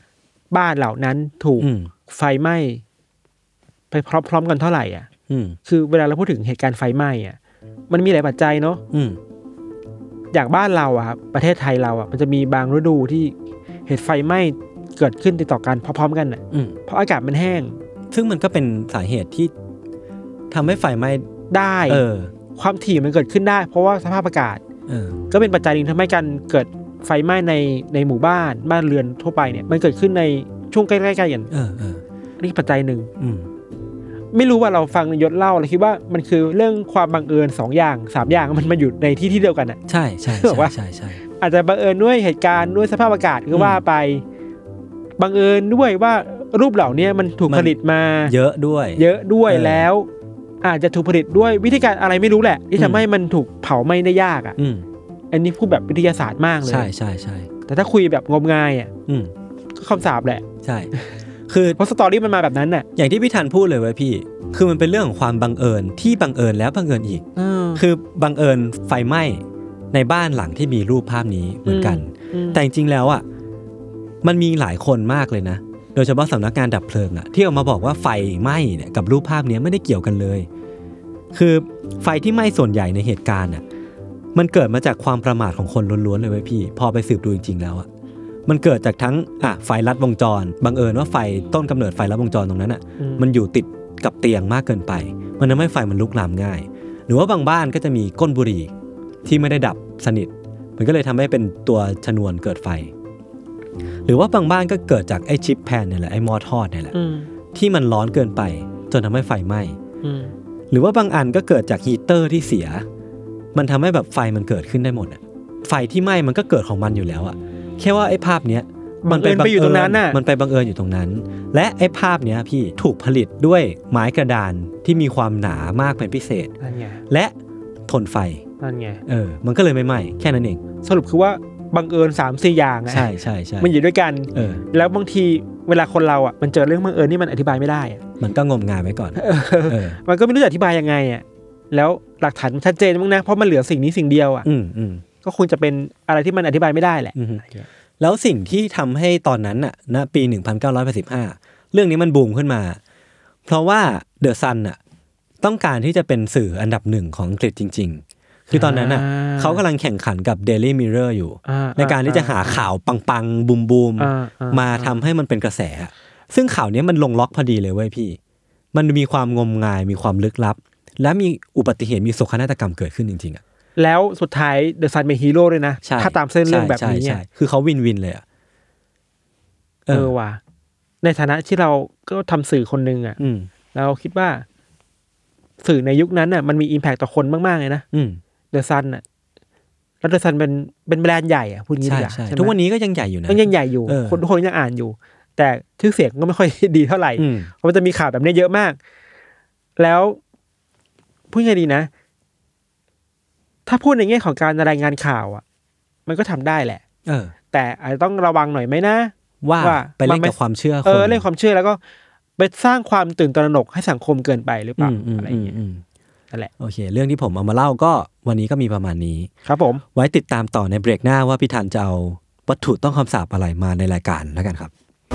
บ้านเหล่านั้นถูกอืมไฟไหม้ไปพร้อมๆกันเท่าไหร่อ่ะอืมคือเวลาเราพูดถึงเหตุการณ์ไฟไหม้อ่ะมันมีหลายปัจจัยเนาะอืมอย่างบ้านเราอ่ะครับประเทศไทยเราอ่ะมันจะมีบางฤดูที่เหตุไฟไหม้เกิดขึ้นติดต่อกันพร้อมๆกันอ่ะอืมเพราะอากาศมันแห้งซึ่งมันก็เป็นสาเหตุที่ทำให้ไฟไหม้ได้เออความถี่มันเกิดขึ้นได้เพราะว่าสภาพอากาศเออก็เป็นปัจจัยหนึ่งทำให้การเกิดไฟไหม้ในในหมู่บ้านบ้านเรือนทั่วไปเนี่ยมันเกิดขึ้นในช่วงใกล้ๆกันเออเออนี่ปัจจัยหนึ่งอืมไม่รู้ว่าเราฟังยศเล่าเราคิดว่ามันคือเรื่องความบังเอิญสองอย่างสามอย่างมันมาอยู่ในที่ที่เดียวกันอ่ะใช่ใช่บอกว่าใช่ใช่อาจจะบังเอิญด้วยเหตุการณ์ด้วยสภาพอากาศก็ว่าไปบังเอิญด้วยว่ารูปเหล่านี้มันถูกผลิตมาเยอะด้วยเยอะด้วยแล้ว อาจจะถูกผลิตด้วยวิธีการอะไรไม่รู้แหละ ที่ทำให้มันถูกเผาไหม้ได้ยากอ่ะอืมอันนี้พูดแบบวิทยาศาสตร์มากเลยใช่ใช่ใช่แต่ถ้าคุยแบบงมงายอ่ะอืมก็คำสาปแหละใช่ คือเพราะสตอรี่มันมาแบบนั้นน่ะอย่างที่พี่ธันพูดเลยเว้ยพี่ คือมันเป็นเรื่องของความบังเอิญที่บังเอิญแล้วบังเอิญอีก คือบังเอิญไฟไหม้ในบ้านหลังที่มีรูปภาพนี้เหมือนกัน แต่จริงๆแล้วอ่ะมันมีหลายคนมากเลยนะโดยเฉพาะสำนักงานดับเพลิงอ่ะที่ออกมาบอกว่าไฟไหม้เนี่ยกับรูปภาพนี้ไม่ได้เกี่ยวกันเลย คือไฟที่ไหม้ส่วนใหญ่ในเหตุการณ์อ่ะมันเกิดมาจากความประมาทของคนล้วนๆเลยเว้ยพี่พอไปสืบดูจริงๆแล้วอ่ะมันเกิดจากทั้งอ่ะไฟลัดวงจรบังเอิญว่าไฟต้นกำเนิดไฟลัดวงจรตรงนั้นอ่ะมันอยู่ติดกับเตียงมากเกินไปมันทำให้ไฟมันลุกลามง่ายหรือว่าบางบ้านก็จะมีก้นบุหรี่ที่ไม่ได้ดับสนิทมันก็เลยทำให้เป็นตัวชนวนเกิดไฟหรือว่าบางบ้านก็เกิดจากไอ้ชิปแพนเนี่ยแหละไอ้หม้อทอดเนี่ยแหละที่มันร้อนเกินไปจนทำให้ไฟไหม้หรือว่าบางอันก็เกิดจากฮีเตอร์ที่เสียมันทำให้แบบไฟมันเกิดขึ้นได้หมดอ่ะไฟที่ไหม้มันก็เกิดของมันอยู่แล้วอ่ะแค่ว่าไอ้ภาพเนี้ยมันไปบังเอิญอยู่ตรงนั้นน่ะมันไปบังเอิญอยู่ตรงนั้นและไอ้ภาพเนี้ยพี่ถูกผลิตด้วยไม้กระดานที่มีความหนามากเป็นพิเศษและทนไฟนั่นไงเออมันก็เลยไม่ไหม้แค่นั้นเองสรุปคือว่าบังเอิญ สามสี่ อย่างอ่ะใช่ใช่ใช่มันอยู่ด้วยกันเออแล้วบางทีเวลาคนเราอ่ะมันเจอเรื่องบังเอิญนี่มันอธิบายไม่ได้อ่ะมันก็งมงายไว้ก่อนเออมันก็ไม่รู้จะอธิบายยังไงอ่ะแล้วหลักฐานมันชัดเจนมั้งนะเพราะมันเหลือสิ่งนี้สิ่งเดียวอ่ะอืมอืมก็คงจะเป็นอะไรที่มันอธิบายไม่ได้แหละแล้วสิ่งที่ทำให้ตอนนั้นน่ะณปีหนึ่งพันเก้าร้อยแปดสิบห้าเรื่องนี้มันบูมขึ้นมาเพราะว่าเดอะซันน่ะต้องการที่จะเป็นสื่ออันดับหนึ่งของอังกฤษจริงๆคือตอนนั้นน่ะเขากำลังแข่งขันกับ Daily Mirror อยู่ในการที่จะหาข่าวปังๆบูมๆมาทำให้มันเป็นกระแสซึ่งข่าวนี้มันลงล็อกพอดีเลยเว้ยพี่มันมีความงมงายมีความลึกลับและมีอุบัติเหตุมีโศกนาฏกรรมเกิดขึ้นจริงๆอ่ะแล้วสุดท้ายเดอะซันเป็นฮีโร่ด้วยนะถ้าตามเส้นเรื่องแบบนี้เนี่ยคือเขาวินวินเลยอ่ะเออว่ะในฐานะที่เราก็ทำสื่อคนนึงอ่ะเราคิดว่าสื่อในยุคนั้นอ่ะมันมีอิมแพคต่อคนมากๆเลยนะเดอะซันอ่ะแล้วเดอะซันเป็นเป็นแบรนด์ใหญ่อ่ะพูดงี้ดีกว่าทุกวันนี้ก็ยังใหญ่อยู่นะยังใหญ่อยู่คนทุกคนยังอ่านอยู่แต่ชื่อเสียงก็ไม่ค่อยดีเท่าไหร่เพราะมันจะมีข่าวแบบนี้เยอะมากแล้วพูดไงดีนะถ้าพูดในแง่ของการรายงานข่าวอ่ะมันก็ทำได้แหละเออแต่อาจจะต้องระวังหน่อยไหมนะว่าไปเล่นกับความเชื่อคนเออเล่นความเชื่อแล้วก็ไปสร้างความตื่นตระหนกให้สังคมเกินไปหรือเปล่าอะไรอย่างเงี้ยนั่นแหละโอเคเรื่องที่ผมเอามาเล่าก็วันนี้ก็มีประมาณนี้ครับผมไว้ติดตามต่อในเบรกหน้าว่าพี่ธันจะเอาวัตถุต้องคำสาปอะไรมาในรายการแล้วกันครับ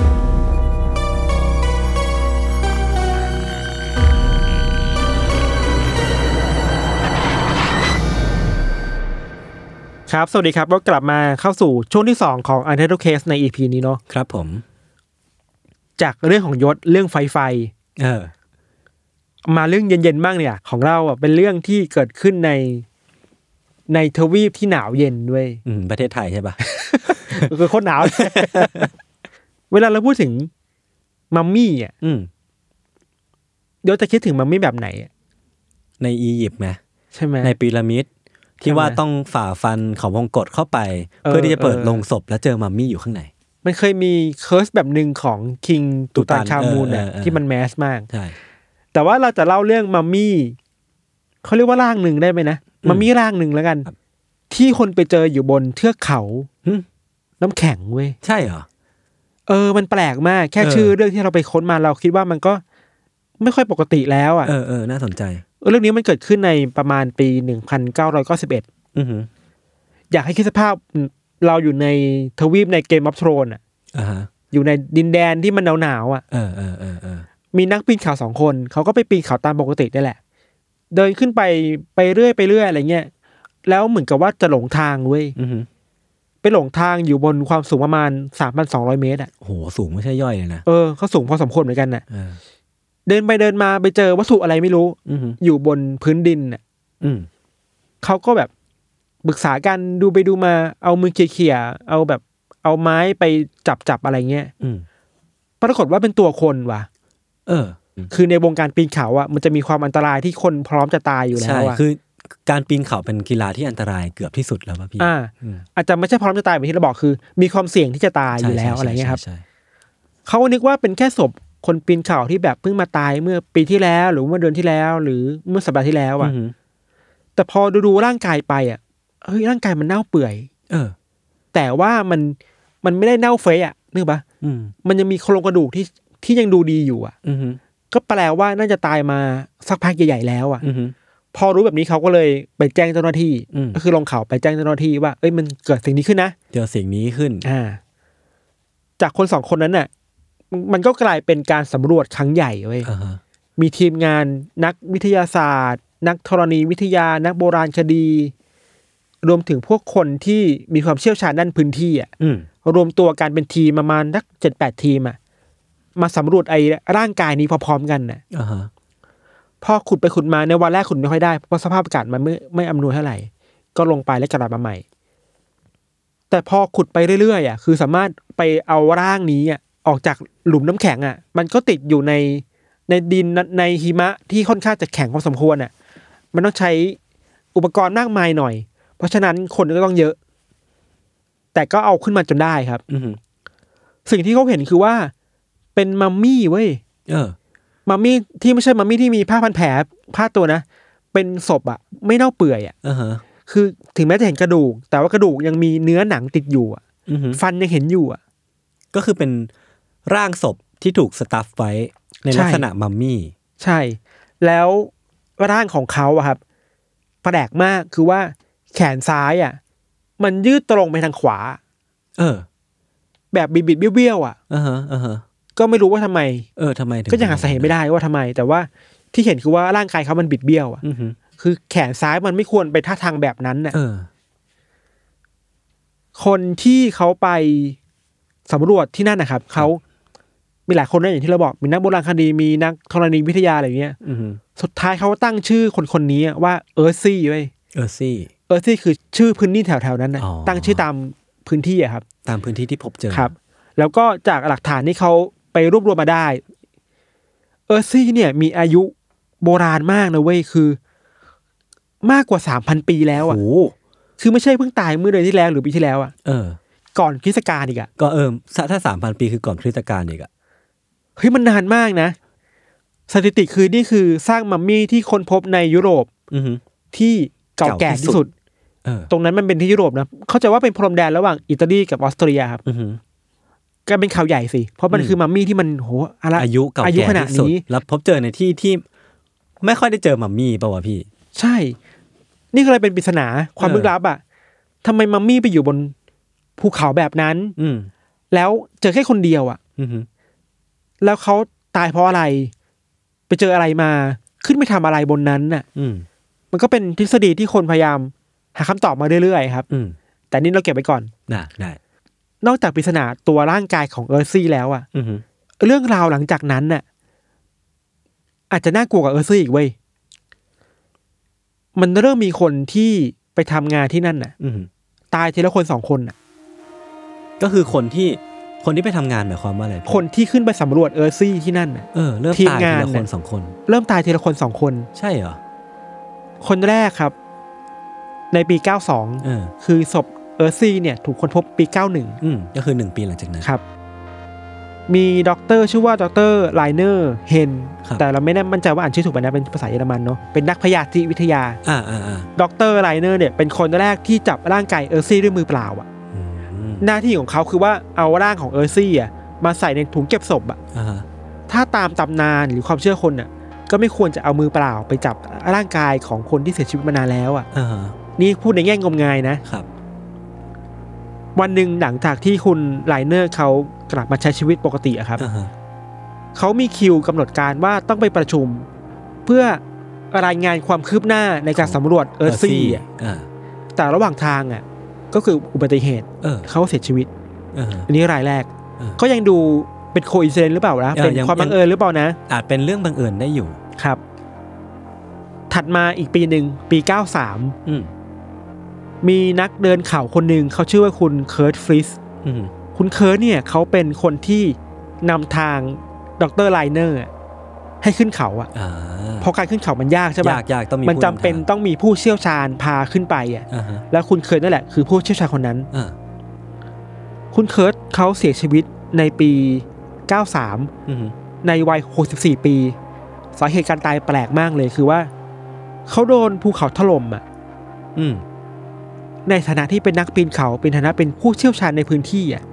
ครับสวัสดีครับก็กลับมาเข้าสู่ช่วงที่สองของ Untitled Case ใน อี พี นี้เนาะครับผมจากเรื่องของยศเรื่องไฟไฟเออมาเรื่องเย็นๆบ้างเนี่ยของเราอ่ะเป็นเรื่องที่เกิดขึ้นในในทวีปที่หนาวเย็นด้วยอืมประเทศไทยใช่ป่ะคือโคตรหนาว เวลาเราพูดถึงมัมมี่อ่ะอืมเดี๋ยวจะคิดถึงมัมมี่แบบไหนในอียิปต์มั้ยใช่มั้ยในพีระมิดที่ว่าต้องฝ่าฟันเขาวงกฏเข้าไปเพื่อที่จะเปิดโลงศพแล้วเจอมัมมี่อยู่ข้างในมันเคยมีเคิร์สแบบนึงของคิงตุตันคามูนน่ะที่มันแมสมากใช่แต่ว่าเราจะเล่าเรื่องมัมมี่เขาเรียกว่าร่างนึงได้มั้ยนะมัมมี่ร่างนึงแล้วกันที่คนไปเจออยู่บนเทือกเขาน้ำแข็งเว้ยใช่เหรอเออมันแปลกมากแค่ชื่อเรื่องที่เราไปค้นมาเราคิดว่ามันก็ไม่ค่อยปกติแล้วอ่ะเออๆน่าสนใจเรื่องนี้มันเกิดขึ้นในประมาณปีหนึ่งพันเก้าร้อยเก้าสิบเอ็ดอือหืออยากให้คิดสภาพเราอยู่ในทวีปใน Game of Thrones อ่ะอ่าฮะอยู่ในดินแดนที่มันหนาวๆอ่ะเออเออเออเออมีนักปีนเขาสองคนเขาก็ไปปีนเขาตามปกติได้แหละเดินขึ้นไปไปเรื่อยไปเรื่อยอะไรเงี้ยแล้วเหมือนกับว่าจะหลงทางเว้ยไปหลงทางอยู่บนความสูงประมาณ สามพันสองร้อย เมตรอ่ะโหสูงไม่ใช่ย่อยเลยนะเออเขาสูงพอสมควรเหมือนกันน่ะเดินไปเดินมาไปเจอวัตถุอะไรไม่รู้อยู่บนพื้นดินน่ะเขาก็แบบปรึกษากันดูไปดูมาเอามือเขี่ยๆเอาแบบเอาไม้ไปจับจับอะไรเงี้ยปรากฏว่าเป็นตัวคนว่ะเออคือในวงการปีนเขาอ่ะมันจะมีความอันตรายที่คนพร้อมจะตายอยู่แล้วอ่ะใช่คือการปีนเขาเป็นกีฬาที่อันตรายเกือบที่สุดแล้วป่ะพี่อ่าอาจจะไม่ใช่พร้อมจะตายแบบที่เราบอกคือมีความเสี่ยงที่จะตายอยู่แล้วอะไรเงี้ยครับเขานึกว่าเป็นแค่ศพคนปีนเขาที่แบบเพิ่งมาตายเมื่อปีที่แล้วหรือเมื่อเดือนที่แล้วหรือเมื่อสัปดาห์ที่แล้วอ่ะแต่พอดูดูร่างกายไปอ่ะเฮ้ยร่างกายมันเน่าเปื่อยเออแต่ว่ามันมันไม่ได้เน่าเฟะอ่ะนึกป่ะมันยังมีโครงกระดูกที่ที่ยังดูดีอยู่อ่ะก็แปลว่าน่าจะตายมาสักพักใหญ่ๆแล้วอ่ะพอรู้แบบนี้เขาก็เลยไปแจ้งเจ้าหน้าที่ก็คือลงเขาไปแจ้งเจ้าหน้าที่ว่าเอ้ยมันเกิดสิ่งนี้ขึ้นนะเจอสิ่งนี้ขึ้นอ่าจากคนสองคนนั้นน่ะมันก็กลายเป็นการสำรวจครั้งใหญ่เว้ย uh-huh. มีทีมงานนักวิทยาศาสตร์นักธรณีวิทยานักโบราณคดีรวมถึงพวกคนที่มีความเชี่ยวชาญด้านพื้นที่อ่ะรวมตัวกันเป็นทีมประมาณสัก เจ็ดแปด ทีมอ่ะมาสำรวจไอ้ร่างกายนี้พร้อมๆกันน่ะ uh-huh. พอขุดไปขุดมาในวันแรกขุดไม่ค่อยได้เพราะสภาพอากาศมันไม่ไม่อำนวยเท่าไหร่ก็ลงไปแล้วกลับมาใหม่แต่พอขุดไปเรื่อยๆอ่ะคือสามารถไปเอาร่างนี้อ่ะออกจากหลุมน้ำแข็งอ่ะมันก็ติดอยู่ในในดินในหิมะที่ค่อนข้างจะแข็งพอสมควรอ่ะมันต้องใช้อุปกรณ์มากมายหน่อยเพราะฉะนั้นคนก็ต้องเยอะแต่ก็เอาขึ้นมาจนได้ครับสิ่งที่เขาเห็นคือว่าเป็นมัมมี่เว้ยเออมัมมี่ที่ไม่ใช่มัมมี่ที่มีผ้าพันแผลผ้าตัวนะเป็นศพอ่ะไม่เน่าเปื่อยอ่ะ uh-huh. คือถึงแม้จะเห็นกระดูกแต่ว่ากระดูกยังมีเนื้อหนังติดอยู่อ่ะ uh-huh. ฟันยังเห็นอยู่อ่ะก็คือเป็นร่างศพที่ถูกสตัฟไว้ในลักษณะมัมมี่ใช่แล้วร่างของเขาอะครับแปลกมากคือว่าแขนซ้ายอ่ะมันยืดตรงไปทางขวาเออแบบบิดๆเบี้ยวๆอ่ะอ่าฮะอ่าฮะก็ไม่รู้ว่าทำไมเออทำไมก็ยังหาสาเหตุไม่ได้ว่าทำไมแต่ว่าที่เห็นคือว่าร่างกายเขามันบิดเบี้ยวอ่ะคือแขนซ้ายมันไม่ควรไปท่าทางแบบนั้นน่ะคนที่เขาไปสำรวจที่นั่นนะครับเขามีหลายคนนะอย่างที่เราบอกมีนักโบราณคดีมีนักธรณีวิทยาอะไรอย่างเงี้ยสุดท้ายเขาตั้งชื่อคนคนนี้ว่าเอิร์ธซี่เว้ยเอิร์ธซี่เอิร์ธซี่คือชื่อพื้นที่แถวๆนั้นนะตั้งชื่อตามพื้นที่อะครับตามพื้นที่ที่พบเจอครับแล้วก็จากหลักฐานที่เขาไปรวบรวมมาได้เอิร์ธซี่เนี่ยมีอายุโบราณมากนะเว้ยคือมากกว่า สามพัน ปีแล้วอ่ะคือไม่ใช่เพิ่งตายเมื่อเดือนที่แล้วหรือปีที่แล้วอ่ะเออก่อนคริสตกาลอีกอ่ะก็เออถ้า สามพัน ปีคือก่อนคริสตกาลอีกอ่ะเฮ้ยมันนานมากนะสถิติคือนี่คือสร้างมัมมี่ที่ค้นพบในยุโรปที่เก่าแก่ที่สุดตรงนั้นมันเป็นที่ยุโรปนะเข้าใจว่าเป็นพรมแดนระหว่างอิตาลีกับออสเตรียครับก็เป็นข่าวใหญ่สิเพราะมันคือมัมมี่ที่มันโหอะไรอายุเก่าแก่ที่สุดแล้วพบเจอในที่ที่ไม่ค่อยได้เจอมัมมี่ป่าววะพี่ใช่นี่ก็เลยเป็นปริศนาความลึกลับอ่ะทำไมมัมมี่ไปอยู่บนภูเขาแบบนั้นแล้วเจอแค่คนเดียวอ่ะแล้วเขาตายเพราะอะไรไปเจออะไรมาขึ้นไปทำอะไรบนนั้นน่ะมันก็เป็นทฤษฎีที่คนพยายามหาคำตอบมาเรื่อยๆครับแต่นี่เราเก็บไว้ก่อนได้ได้นอกจากปริศนาตัวร่างกายของเอิร์ธซี่แล้วอ่ะเรื่องราวหลังจากนั้นน่ะอาจจะน่ากลัวกว่าเอิร์ธซี่อีกเว้ยมันเริ่มมีคนที่ไปทำงานที่นั่นน่ะตายทีละคนสองคนน่ะก็คือคนที่คนที่ไปทำงานหมายความว่าอะไรคนที่ขึ้นไปสำรวจเอิร์ธซี่ที่นั่นน่ะเออเริ่มตายทีละคนสองคนเริ่มตายทีละคนสองคนใช่เหรอคนแรกครับในปีเก้าสิบสองเออคือศพเอิร์ธซี่เนี่ยถูกค้นพบปีเก้าสิบเอ็ดอืมก็คือหนึ่งปีหลังจากนั้นครับมีด็อกเตอร์ชื่อว่าด็อกเตอร์ไลเนอร์เฮนแต่เราไม่แน่มั่นใจว่าอ่านชื่อถูกไหมนะเป็นภาษาเยอรมันเนาะเป็นนักพยาธิวิทยาอ่าอ่าอ่าด็อกเตอร์ไลเนอร์เนี่ยเป็นคนแรกที่จับร่างกายเอิร์ธซี่ด้วยมือเปล่าอ่ะหน้าที่ของเขาคือว่าเอาร่างของเอิร์ธซี่อ่ะมาใส่ในถุงเก็บศพอ่ะถ้าตามตำนานหรือความเชื่อคนอ่ะก็ไม่ควรจะเอามือเปล่าไปจับร่างกายของคนที่เสียชีวิตมานานแล้วอ่ะนี่พูดในแง่งมงายนะครับวันหนึ่งหลังจากที่คุณไลเนอร์เขากลับมาใช้ชีวิตปกติอะครับ uh-huh. เขามีคิวกำหนดการว่าต้องไปประชุมเพื่อรายงานความคืบหน้าในการสำรวจเอิร์ธซี่อ่ะแต่ระหว่างทางอ่ะก็คืออุบัติเหตุเขาเสียชีวิตอันนี้รายแรกก็ยังดูเป็นโคอินซิเดนต์หรือเปล่านะเป็นความบังเอิญหรือเปล่านะอาจเป็นเรื่องบังเอิญได้อยู่ครับถัดมาอีกปีหนึ่งปีเก้าสิบสามมีนักเดินเขาคนหนึ่งเขาชื่อว่าคุณเคิร์ตฟริสคุณเคิร์ตเนี่ยเขาเป็นคนที่นำทางดร.ไลเนอร์ให้ขึ้นเขาอ่ะเพราะการขึ้นเขามันยากใช่ป่ะยากๆต้องมีมันจำเป็นต้องมีผู้เชี่ยวชาญพาขึ้นไปอ่ะแล้วคุณเคิร์ตนั่นแหละคือผู้เชี่ยวชาญคนนั้นคุณเคิร์ตเขาเสียชีวิตในปีเก้าสิบสามในวัยหกสิบสี่ปีสาเหตุการตายแปลกมากเลยคือว่าเขาโดนภูเขาถล่มอ่ะในฐานะที่เป็นนักปีนเขาเป็นฐานะเป็นผู้เชี่ยวชาญในพื้นที่อ่ะ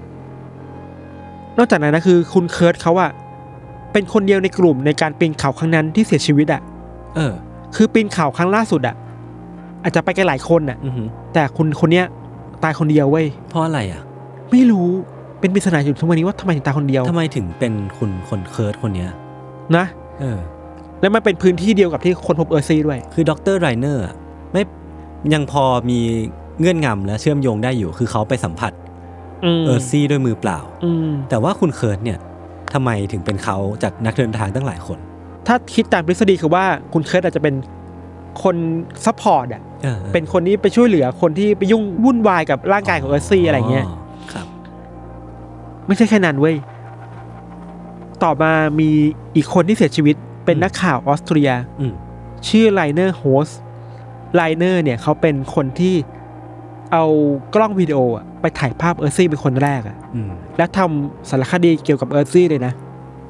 นอกจากนั้นนะคือคุณเคิร์ตเขาอะเป็นคนเดียวในกลุ่มในการปีนเขาครั้งนั้นที่เสียชีวิตอะเออคือปีนเขาครั้งล่าสุดอะอาจจะไปกันหลายคนอะแต่คุณคนเนี้ยตายคนเดียวเว้ยเพราะอะไรอะไม่รู้เป็นปริศนาอยู่ทุกวันนี้ว่าทำไมถึงตายคนเดียวทำไมถึงเป็นคุณคนเคิร์ตคนเนี้ยนะเออแล้วมันเป็นพื้นที่เดียวกับที่คนพบเอิร์ธซี่ด้วยคือดร.ไรเนอร์ไม่ยังพอมีเงื่อนงำและเชื่อมโยงได้อยู่คือเขาไปสัมผัสเอิร์ธซี่ด้วยมือเปล่าแต่ว่าคุณเคิร์ตเนี่ยทำไมถึงเป็นเขาจากนักเดินทางตั้งหลายคนถ้าคิดตามทฤษฎีคือว่าคุณเคิร์ตอาจจะเป็นคนซัพพอร์ตอ่ะเป็นคนนี้ไปช่วยเหลือคนที่ไปยุ่งวุ่นวายกับร่างกายของเอิร์ธซี่อะไรเงี้ยครับไม่ใช่แค่นั้นเว้ยต่อมามีอีกคนที่เสียชีวิตเป็นนักข่าวออสเตรียชื่อไลเนอร์โฮสไลเนอร์เนี่ยเขาเป็นคนที่เอากล้องวิดีโออ่ะไปถ่ายภาพเอิร์ธซี่เป็นคนแรกอ่ะแล้วทำสารคดีเกี่ยวกับเอิร์ธซี่เลยนะ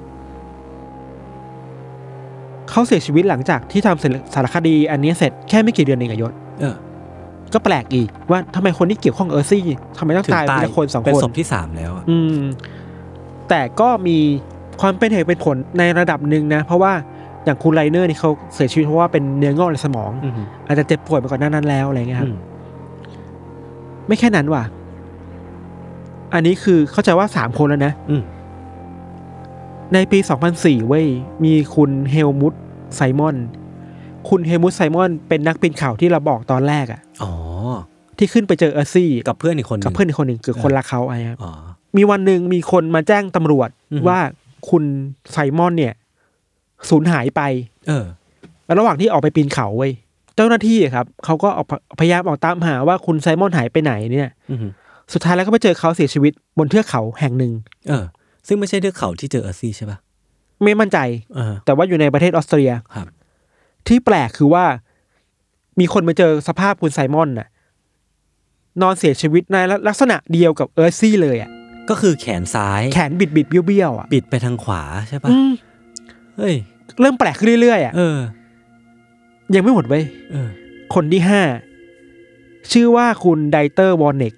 เขาเสียชีวิตหลังจากที่ทำสารคดีอันนี้เสร็จแค่ไม่กี่เดือนเองอะยศก็แปลกอีกว่าทำไมคนที่เกี่ยวข้องเอิร์ธซี่ทำไมต้องตายเป็นคนสองคนเป็นศพที่สามแล้วอืมแต่ก็มีความเป็นเหตุเป็นผลในระดับหนึ่งนะเพราะว่าอย่างคุณไลเนอร์นี่เขาเสียชีวิตเพราะว่าเป็นเนื้องอกในสมองอาจจะเจ็บป่วยมาก่อนหน้านั้นแล้วอะไรเงี้ยครับไม่แค่นั้นว่ะอันนี้คือเข้าใจว่าสามคนแล้วนะในปีสองพันสี่เว้ยมีคุณเฮลมุตไซมอนคุณเฮลมุตไซมอนเป็นนักปีนเขาที่เราบอกตอนแรกอ่ะอ๋อที่ขึ้นไปเจอเอิร์ธซี่กับเพื่อนอีกคนกับเพื่อนอีกคนหนึ่งคือคนรักเขาไอ้ครับมีวันหนึ่งมีคนมาแจ้งตำรวจว่าคุณไซมอนเนี่ยสูญหายไปเออแล้วระหว่างที่ออกไปปีนเขาเว้ยเจ้าหน้าที่ครับเขาก็ออกพยายามออกตามหาว่าคุณไซมอนหายไปไหนเนี่ยสุดท้ายแล้วก็ไปเจอเขาเสียชีวิตบนเทือกเขาแห่งหนึ่งเออซึ่งไม่ใช่เทือกเขาที่เจอเอิร์ธซี่ใช่ปะไม่มั่นใจแต่ว่าอยู่ในประเทศออสเตรียครับที่แปลกคือว่ามีคนมาเจอสภาพคุณไซมอนน่ะนอนเสียชีวิตในลักษณะเดียวกับเอิร์ธซี่เลยอ่ะก็คือแขนซ้ายแขนบิดบิดเบี้ยวเบี้ยวอ่ะบิดไปทางขวาใช่ปะเฮ้ยเริ่มแปลกขึ้นเรื่อยๆอ่ะเออยังไม่หมดเว้ยคนที่ห้าชื่อว่าคุณไดเตอร์วอร์เน็ก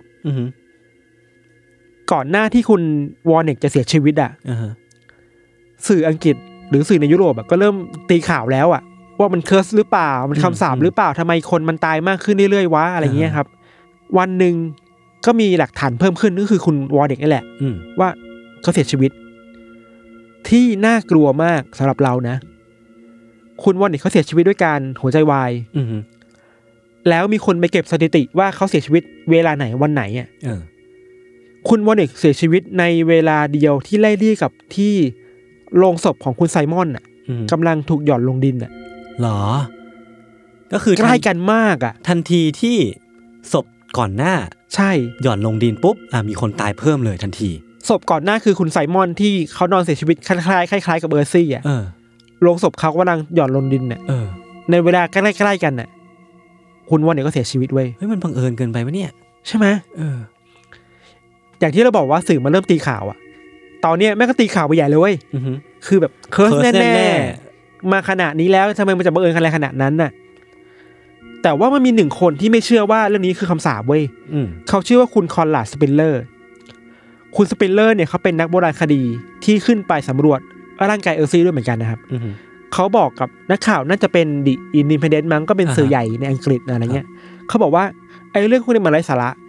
ก่อนหน้าที่คุณวอร์เน็กจะเสียชีวิตอ่ะสื่ออังกฤษหรือสื่อในยุโรปก็เริ่มตีข่าวแล้วอ่ะว่ามันเคิร์สหรือเปล่ามันคำสาปหรือเปล่าทำไมคนมันตายมากขึ้นเรื่อยๆวะอะไรเงี้ยครับวันหนึ่งก็มีหลักฐานเพิ่มขึ้นก็คือคุณวอร์เน็กนี่แหละว่าเขาเสียชีวิตที่น่ากลัวมากสำหรับเรานะคุณวอร์เน็กเขาเสียชีวิตด้วยการหัวใจวายแล้วมีคนไปเก็บสถิติว่าเขาเสียชีวิตเวลาไหนวันไหนอ่ะคุณวอร์เน็กเสียชีวิตในเวลาเดียวที่ไล่เลี่ยกับที่โลงศพของคุณไซมอนอ่ะกำลังถูกหย่อนลงดินอ่ะหรอก็คือใกล้กันมากอ่ะทันทีที่ศพก่อนหน้าใช่หย่อนลงดินปุ๊บอ่ะมีคนตายเพิ่มเลยทันทีศพก่อนหน้าคือคุณไซมอนที่เขานอนเสียชีวิตคล้ายๆคล้ายๆกับเอิร์ธซี่อ่ะโลงศพเขากำลังหย่อนลงดินเนี่ยในเวลาใกล้ๆกันน่ะคุณวอร์เน็กก็เสียชีวิตเว้ยเฮ้ยมันบังเอิญเกินไปปะเนี่ยใช่ไหมเอออย่างที่เราบอกว่าสื่อมาเริ่มตีข่าวอ่ะตอนเนี้ยแม่ก็ตีข่าวไปใหญ่เลยเว้ยคือแบบเคิร์สแน่ๆมาขนาดนี้แล้วทำไมมันจะบังเอิญอะไรขนาดนั้นน่ะแต่ว่ามันมีหนึ่งคนที่ไม่เชื่อว่าเรื่องนี้คือคำสาปเว้ยเขาชื่อว่าคุณคอนราดสปินเลอร์คุณสปินเลอร์เนี่ยเขาเป็นนักโบราณคดีที่ขึ้นไปสำรวจร่างกายเอิร์ธซี่ด้วยเหมือนกันนะครับเขาบอกกับนักข่าวน่าจะเป็นดิอินดิเพนเดนต์มั้งก็เป็นสื่อใหญ่ในอังกฤษอะไรเงี้ยเขาบอกว่าไอ้เรื่องพวกนี้มันไร้สาระ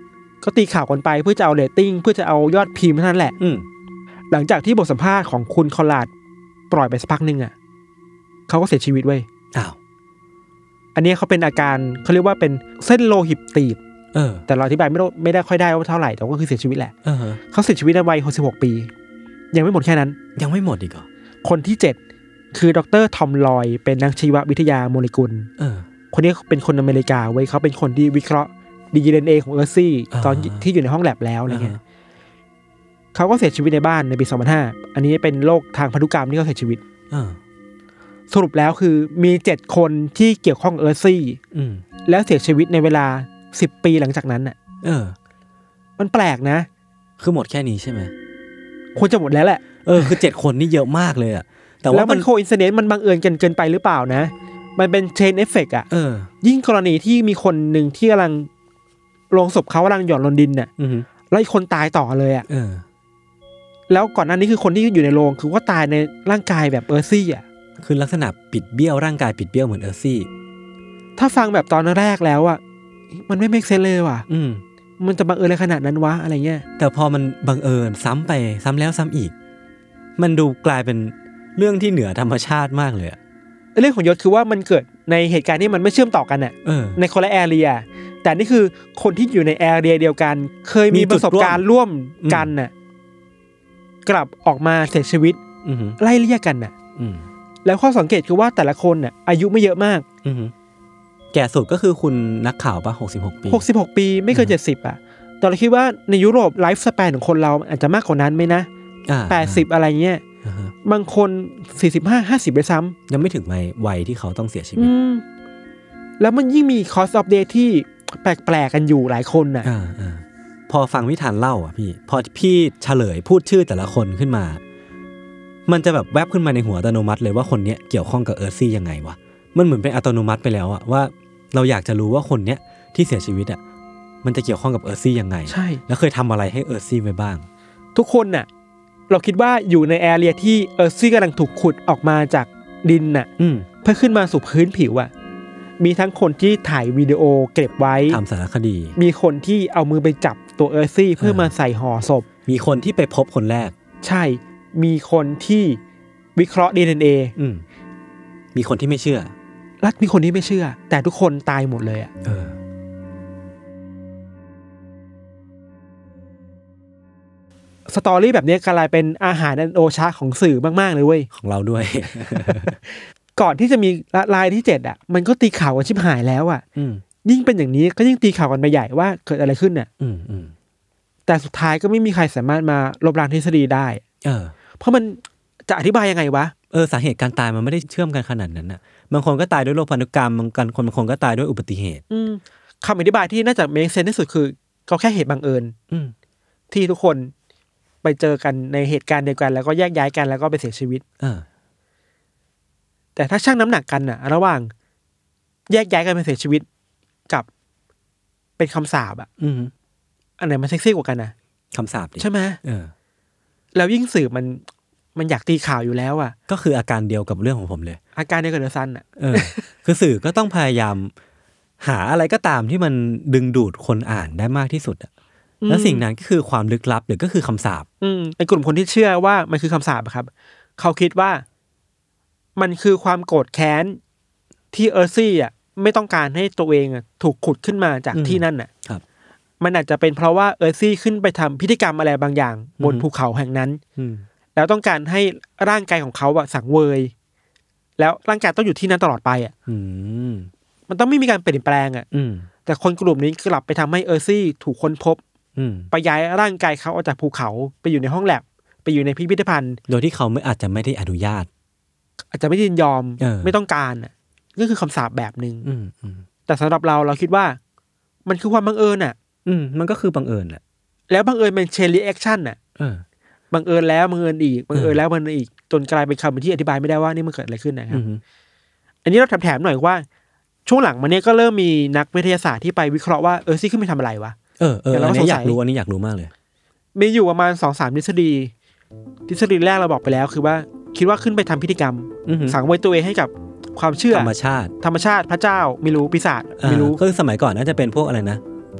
ก็ตีข่าวกันไปเพื่อจะเอาเรตติ้งเพื่อจะเอายอดพิมพ์เท่านั้นแหละอืมหลังจากที่บทสัมภาษณ์ของคุณคอลลาร์ดปล่อยไปสักพักนึงอ่ะเขาก็เสียชีวิตเว้ยอ้าวอันนี้เขาเป็นอาการเขาเรียกว่าเป็นเส้นโลหิตตีบเออแต่เราอธิบายไม่ได้ไม่ได้ค่อยได้ว่าเท่าไหร่แต่ก็คือเสียชีวิตแหละเออเขาเสียชีวิตในวัยหกสิบหกปียังไม่หมดแค่นั้นยังไม่หมดอีกเหรอคนที่เจ็ดคือดร.ทอมลอยเป็นนักชีววิทยาโมเลกุลเออคนนี้เป็นคนอเมริกาเว้ยเขาเป็นคนที่วิเคราะห์ ดี เอ็น เอ ของเอิร์ธซี่ตอนที่อยู่ในห้องแลบแล้วอะไรเงี้ยเขาก็เสียชีวิตในบ้านในปีสองพันห้าอันนี้เป็นโรคทางพันธุกรรมที่เขาเสียชีวิตสรุปแล้วคือมีเจ็ดคนที่เกี่ยวข้องเอิร์ธซี่แล้วเสียชีวิตในเวลาสิบปีหลังจากนั้นน่ะเออมันแปลกนะคือหมดแค่นี้ใช่ไหมควรจะหมดแล้วแหละเออคือเจ็ดคนนี่เยอะมากเลยอ่ะแต่ว่ามันโคอินซิเดนซ์มันบังเอิญกันเกินไปหรือเปล่านะมันเป็นเชนเอฟเฟกต์อ่ะเออยิ่งกรณีที่มีคนหนึ่งที่กำลังลงศพเขากำลังหย่อนลงดินน่ะแล้วอีกคนตายต่อเลยอ่ะเออแล้วก่อนหน้านี้คือคนที่อยู่ในโรงคือว่าตายในร่างกายแบบเอิร์ธซี่อ่ะคือลักษณะปิดเบี้ยวร่างกายปิดเบี้ยวเหมือนเอิร์ธซี่ถ้าฟังแบบตอนแรกแล้วอ่ะมันไม่เมคเซนส์เลยว่ะอืมมันจะบังเอิญอะไรขนาดนั้นวะอะไรเงี้ยแต่พอมันบังเอิญซ้ำไปซ้ำแล้วซ้ำอีกมันดูกลายเป็นเรื่องที่เหนือธรรมชาติมากเลยอะเรื่องของยศคือว่ามันเกิดในเหตุการณ์ที่มันไม่เชื่อมต่อกันอ่ะในคนละแอเรียแต่นี่คือคนที่อยู่ในแอเรียเดียวกันเคยมีประสบการณ์ร่วมกันน่ะกลับออกมาเสียชีวิตไล่เลี่ยกันน่ะแล้วข้อสังเกตคือว่าแต่ละคนน่ะอายุไม่เยอะมากแก่สุดก็คือคุณนักข่าวป่ะหกสิบหกปีหกสิบหกปีไม่เกินเจ็ดสิบอ่ะตอนเราคิดว่าในยุโรปไลฟ์สแปนของคนเราอาจจะมากกว่านั้นไหมนะแปดสิบอะไรเงี้ยบางคนสี่สิบห้า ห้าสิบด้วยซ้ำยังไม่ถึงวัยที่เขาต้องเสียชีวิตแล้วมันยิ่งมีคอสออฟเดย์ที่แปลกๆกันอยู่หลายคนน่ะพอฟังวิธานเล่าอ่ะพี่พอพี่เฉลยพูดชื่อแต่ละคนขึ้นมามันจะแบบแวบขึ้นมาในหัวอัตโนมัติเลยว่าคนเนี้ยเกี่ยวข้องกับเอิร์ธซี่ยังไงวะมันเหมือนเป็นอัตโนมัติไปแล้วอ่ะว่าเราอยากจะรู้ว่าคนเนี้ยที่เสียชีวิตอ่ะมันจะเกี่ยวข้องกับเอิร์ธซี่ยังไงใช่แล้วเคยทำอะไรให้เอิร์ธซี่ไว้บ้างทุกคนน่ะเราคิดว่าอยู่ในแอเรียที่เอิร์ธซี่กำลังถูกขุดออกมาจากดินน่ะเพื่อขึ้นมาสู่พื้นผิวอ่ะมีทั้งคนที่ถ่ายวิดีโอเก็บไว้ทำสารคดีมีคนที่เอามือไปจับตัวเอิร์ธซี่เพื่อมาใส่ห่อศพมีคนที่ไปพบคนแรกใช่มีคนที่วิเคราะห์ ดี เอ็น เออืมมีคนที่ไม่เชื่อและมีคนที่ไม่เชื่อแต่ทุกคนตายหมดเลยอ่ะเออสตอรี่แบบนี้กลายเป็นอาหารอันโอชาของสื่อมากๆเลยเว้ยของเราด้วยก่อนที่จะมีรายที่เจ็ดอ่ะมันก็ตีข่าวกันชิบหายแล้วอ่ะยิ่งเป็นอย่างนี้ก็ยิ่งตีข่าวกันไปใหญ่ว่าเกิดอะไรขึ้นน่ะแต่สุดท้ายก็ไม่มีใครสามารถมาลบล้างทฤษฎีได้เออเพราะมันจะอธิบายยังไงวะเออสาเหตุการตายมันไม่ได้เชื่อมกันขนาดนั้นน่ะบางคนก็ตายด้วยโรคพันธุกรรมบางคนบางคนก็ตายด้วยอุบัติเหตุคำอธิบายที่น่าจะเมคเซนส์ที่สุดคือก็แค่เหตุบังเอิญที่ทุกคนไปเจอกันในเหตุการณ์เดียวกันแล้วก็แยกย้ายกันแล้วก็ไปเสียชีวิตเออแต่ถ้าชั่งน้ำหนักกันน่ะระหว่างแยกย้ายกันไปเสียชีวิตกับเป็นคำสาปอ่ะอันไหนมันเซ็กซี่กว่ากันนะคำสาปใช่ไหมเออแล้วยิ่งสื่อมันมันอยากตีข่าวอยู่แล้วอ่ะก็คืออาการเดียวกับเรื่องของผมเลยอาการเดียวกับเดอะซันอ่ะเออคือสื่อก็ต้องพยายามหาอะไรก็ตามที่มันดึงดูดคนอ่านได้มากที่สุดอ่ะแล้วสิ่งนั้นก็คือความลึกลับหรือก็คือคำสาปอืมในกลุ่มคนที่เชื่อว่ามันคือคำสาปครับเขาคิดว่ามันคือความโกรธแค้นที่เอิร์ธซี่อ่ะไม่ต้องการให้ตัวเองอ่ะถูกขุดขึ้นมาจากที่นั่นอ่ะครับมันอาจจะเป็นเพราะว่าเอิร์ธซี่ขึ้นไปทำพิธีกรรมอะไรบางอย่างบนภูเขาแห่งนั้นแล้วต้องการให้ร่างกายของเขาอ่ะสังเวยแล้วร่างกายต้องอยู่ที่นั้นตลอดไปอ่ะมันต้องไม่มีการเปลี่ยนแปลงอ่ะแต่คนกลุ่มนี้กลับไปทำให้เอิร์ธซี่ถูกค้นพบไปย้ายร่างกายเขาออกจากภูเขาไปอยู่ในห้องแลบไปอยู่ในพิพิธภัณฑ์โดยที่เขาไม่อาจจะไม่ได้อนุญาตอาจจะไม่ยินยอมไม่ต้องการอ่ะนี่คือคำสาปแบบนึงแต่สำหรับเราเราคิดว่ามันคือความบังเอิญอ่ะอืมมันก็คือบังเอิญแหละแล้วบังเอิญเป็นเชนรีแอคชั่นอ่ะบังเอิญแล้วบังเอิญอีกบังเอิญแล้วบังเอิญอีกจนกลายเป็นคำที่อธิบายไม่ได้ว่านี่มันเกิดอะไรขึ้นนะครับอันนี้เราแถมๆหน่อยว่าช่วงหลังมาเนี้ยก็เริ่มมีนักวิทยาศาสตร์ที่ไปวิเคราะห์ว่าเออซี่ขึ้นไปทำอะไรวะเออเอออันนี้อยากรู้อันนี้อยากรู้มากเลยมีอยู่ประมาณ สองสาม ทฤษฎีทฤษฎีแรกเราบอกไปแล้วคือว่าคิดว่าขึ้นไปทำพิธีกรรมสังเวยตัวเองให้กับความเชื่อธรรมชาติธรรมชาติพระเจ้าไม่รู้ปีศาจไม่รู้คือสมัยก่อนน่าจะเป็นพวกอะไรนะ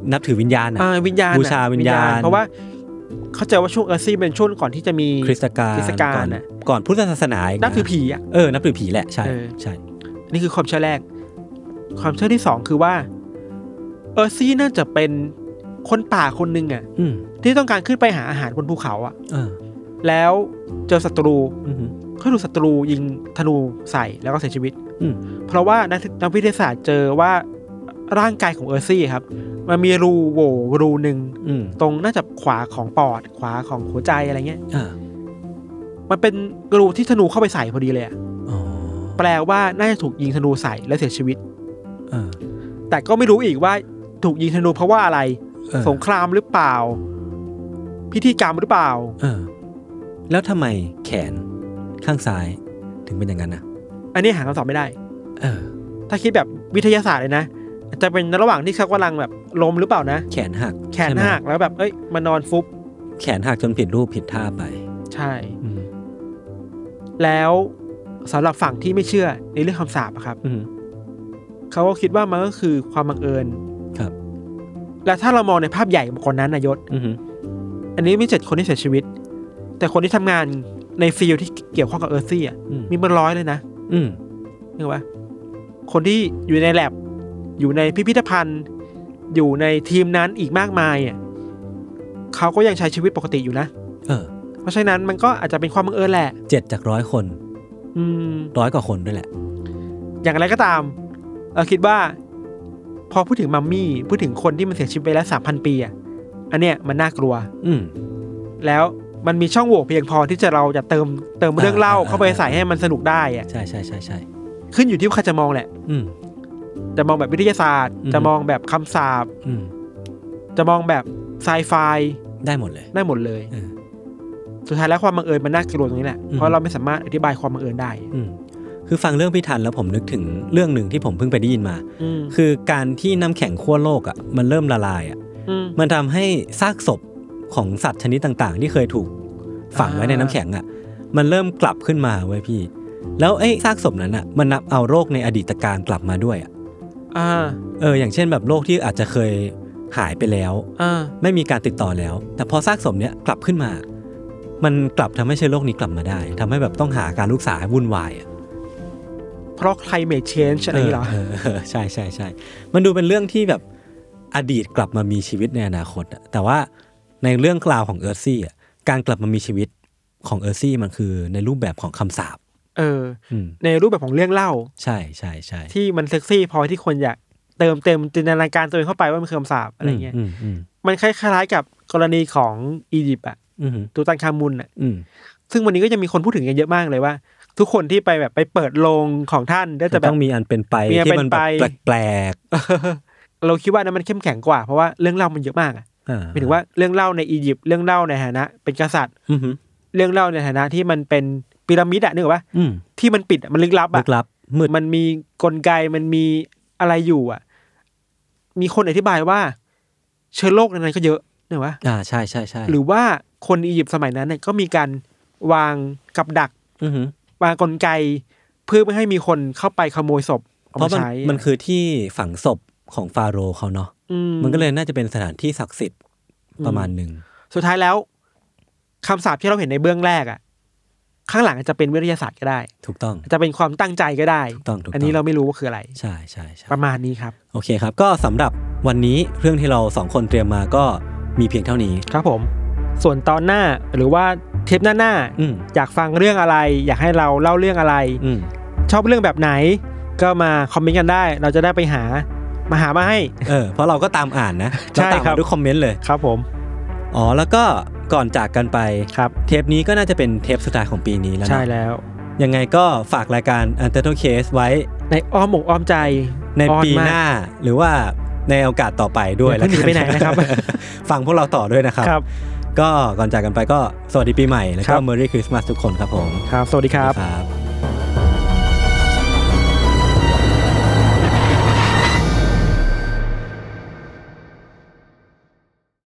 นับถือวิญญาณอ่ะอ่าวิญญาณบูชาวิญญาณเพราะว่าเข้าใจว่าช่วงเออร์ซี่เป็นช่วงก่อนที่จะมีคริสตกาลคริสตกาลก่อนน่ะก่อนพุทธศาสนาอีกนับถือผีอ่ะเออนับถือผีแหละใช่เออใช่นี่คือความเชื่อแรกความเชื่อที่สองคือว่าเออร์ซี่น่าจะเป็นคนป่าคนหนึ่งอ่ะอืมที่ต้องการขึ้นไปหาอาหารบนภูเขาอ่ะเออแล้วเจอศัตรูอือหือเขาถูกศัตรูยิงธนูใส่แล้วก็เสียชีวิตอืมเพราะว่านักนักวิทยาศาสตร์เจอว่าร่างกายของเออร์ซี่ครับมันมีรูโหว่รูหนึ่งอืมตรงน่าจะขวาของปอดขวาของหัวใจอะไรเงี้ยอ่ามันเป็นรูที่ธนูเข้าไปใส่พอดีเลยอะอ๋อแปลว่าน่าจะถูกยิงธนูใส่และเสียชีวิตเออแต่ก็ไม่รู้อีกว่าถูกยิงธนูเพราะว่าอะไรเออสงครามหรือเปล่า พิธีกรรมหรือเปล่าเออ แล้วทำไมแขนข้างซ้ายถึงเป็นอย่างนั้นนะอันนี้หาคำตอบไม่ได้เออถ้าคิดแบบวิทยาศาสตร์เลยนะจะเป็นระหว่างที่เขากำลังแบบล้มหรือเปล่านะแขนหักแขนหักแล้วแบบเอ้ยมานอนฟุบแขนหักจนผิดรูปผิดท่าไปใช่อืมแล้วสำหรับฝั่งที่ไม่เชื่อในเรื่องคำสาปอะครับอืมเขาก็คิดว่ามันก็คือความบังเอิญครับแล้วถ้าเรามองในภาพใหญ่กว่านั้นนายศอือหืออันนี้ไม่ใช่คนที่เสียชีวิต แต่คนที่ทำงานในฟิลที่เกี่ยวข้องกับเออร์ซี่อ่ะอืมมีเป็นร้อยเลยนะอืมเห็นปะคนที่อยู่ในแลบอยู่ในพิพิธภัณฑ์ อยู่ในทีมนั้นอีกมากมายอ่ะเขาก็ยังใช้ชีวิตปกติอยู่นะเออเพราะฉะนั้นมันก็อาจจะเป็นความบังเอิญแหละเจ็ดจากร้อยคนอืมร้อยกว่าคนด้วยแหละอย่างไรก็ตามเราคิดว่า พอพูดถึงมัมมี่พูดถึงคนที่มันเสียชีวิตไปแล้วสามพันปีอ่ะอันเนี้ยมันน่ากลัวอืมแล้วมันมีช่องโหว่เพียงพอที่จะเราจะเติมเติมเรื่องเล่าเข้าไปใส่ให้มันสนุกได้อ่ะใช่ใช่ใช่ใช่ขึ้นอยู่ที่ใครจะมองแหละอืมจะมองแบบวิทยาศาสตร์อืมจะมองแบบคำสาปอืมจะมองแบบไซไฟได้หมดเลยได้หมดเลยเออสุดท้ายแล้วความบังเอิญมันน่ากลัวตรงนี้แหละอืมเพราะเราไม่สามารถอธิบายความบังเอิญได้อืม คือฟังเรื่องพี่ทันแล้วผมนึกถึงเรื่องหนึ่งที่ผมเพิ่งไปได้ยินมาอืมคือการที่น้ำแข็งขั้วโลกอ่ะมันเริ่มละลายอ่ะอืมมันทำให้ซากศพของสัตว์ชนิดต่างๆ ที่เคยถูกฝังไว้ในน้ำแข็งอ่ะ มันเริ่มกลับขึ้นมาเว้ยพี่ แล้วไอ้ซากศพนั้นอ่ะมันนับเอาโรคในอดีตการกลับมาด้วยอ่ะอ่าเอออย่างเช่นแบบโรคที่อาจจะเคยหายไปแล้วอ่าไม่มีการติดต่อแล้ว แต่พอซากศพเนี้ยกลับขึ้นมา มันกลับทำให้เชื้อโรคนี้กลับมาได้ทำให้แบบต้องหาการรักษาให้วุ่นวายอ่ะเพราะ climate change อะไรอย่างเงี้ยเหรอเออเออใช่ใช่ใช่มันดูเป็นเรื่องที่แบบอดีตกลับมามีชีวิตในอนาคตอะแต่ว่าในเรื่องราวของเอิร์ธซี่อ่ะการกลับมามีชีวิตของเอิร์ธซี่มันคือในรูปแบบของคำสาปเอออืมในรูปแบบของเรื่องเล่าใช่ใช่ใช่ที่มันเซ็กซี่พอที่คนอยากเติมเต็มจินตนาการตัวเองเข้าไปว่ามันคือคำสาปอะไรเงี้ยอืมอืมมันคล้ายๆกับกรณีของอียิปต์อะอืมตูตันคามุนอะอืมซึ่งวันนี้ก็จะมีคนพูดถึงกันเยอะมากเลยว่า ทุกคนที่ไปแบบไปเปิดโรงของท่านก็จะแบบต้องมีอันเป็นไปมีอันที่เป็นมันแบไปบแปลกเราคิดว่านั้นมันเข้มแข็งกว่าเพราะว่าเรื่องเล่ามันเยอะมากอะๆอ่าหมายถึงว่าเรื่องเล่าในอียิปต์เรื่องเล่าในฐานะ เป็นกษัตริย์อืมฮึเรื่องเล่าในฐานะที่มันเป็นพีระมิดอะนึกออกปะอืมที่มันปิดอะมันลึกลับลึอะกลับมืดมันมีกลไกมันมีอะไรอยู่อะมีคนอธิบายว่า เชื้อโรคในนั้นก็เยอะนึกออกปะอ่าใช่ใช่ใช่หรือว่าคนอียิปต์สมัยนั้นเนี่ยก็มีการวางกับดักอือฮึวางกลไกเพื่อไม่ให้มีคนเข้าไปขโมยศพเอาเพราะมามันใช้มันคือที่ฝังศพของฟาโรห์เขาเนาะอืมันก็เลยน่าจะเป็นสถานที่ศักดิ์สิทธิ์ประมาณหนึ่งสุดท้ายแล้วคำสาปที่เราเห็นในเบื้องแรกอ่ะ ข้างหลังอาจจะเป็นวิทยาศาสตร์ก็ได้ถูกต้องอาจจะเป็นความตั้งใจก็ได้ถูกต้องถูกต้องอันนี้เราไม่รู้ว่าคืออะไรใช่ใช่ใช่ประมาณนี้ครับโอเคครับ ก็สำหรับวันนี้เรื่องที่เราสองคนเตรียมมาก็มีเพียงเท่านี้ครับผม ส่วนตอนหน้าหรือว่าเทปหน้าอืมๆอยากฟังเรื่องอะไร อยากให้เราเล่าเรื่องอะไรอืมชอบเรื่องแบบไหน ก็มาคอมเมนต์กันได้ เราจะได้ไปหามาหามาให้เออเพราะเราก็ตามอ่านนะใช่เราตามครัมาบทุกคอมเมนต์เลยครับผมอ๋อแล้วก็ก่อนจากกันไปครับเทปนี้ก็น่าจะเป็นเทปสุดท้ายของปีนี้แล้วนะใช่แล้วยังไงก็ฝากรายการ Untitled Case ไว้ในอ้อมอกอ้อมใจในอ้อปีมกหน้าหรือว่าในโอกาสต่อไปด้วยอย่าเพิ่งหนีไปไหนนะครับฟังพวกเราต่อด้วยนะครับครับก็ก่อนจากกันไปก็สวัสดีปีใหม่แล้วครัก็บ Merry Christmas ทุกคนครับผมครับ สวัสดีครับครับ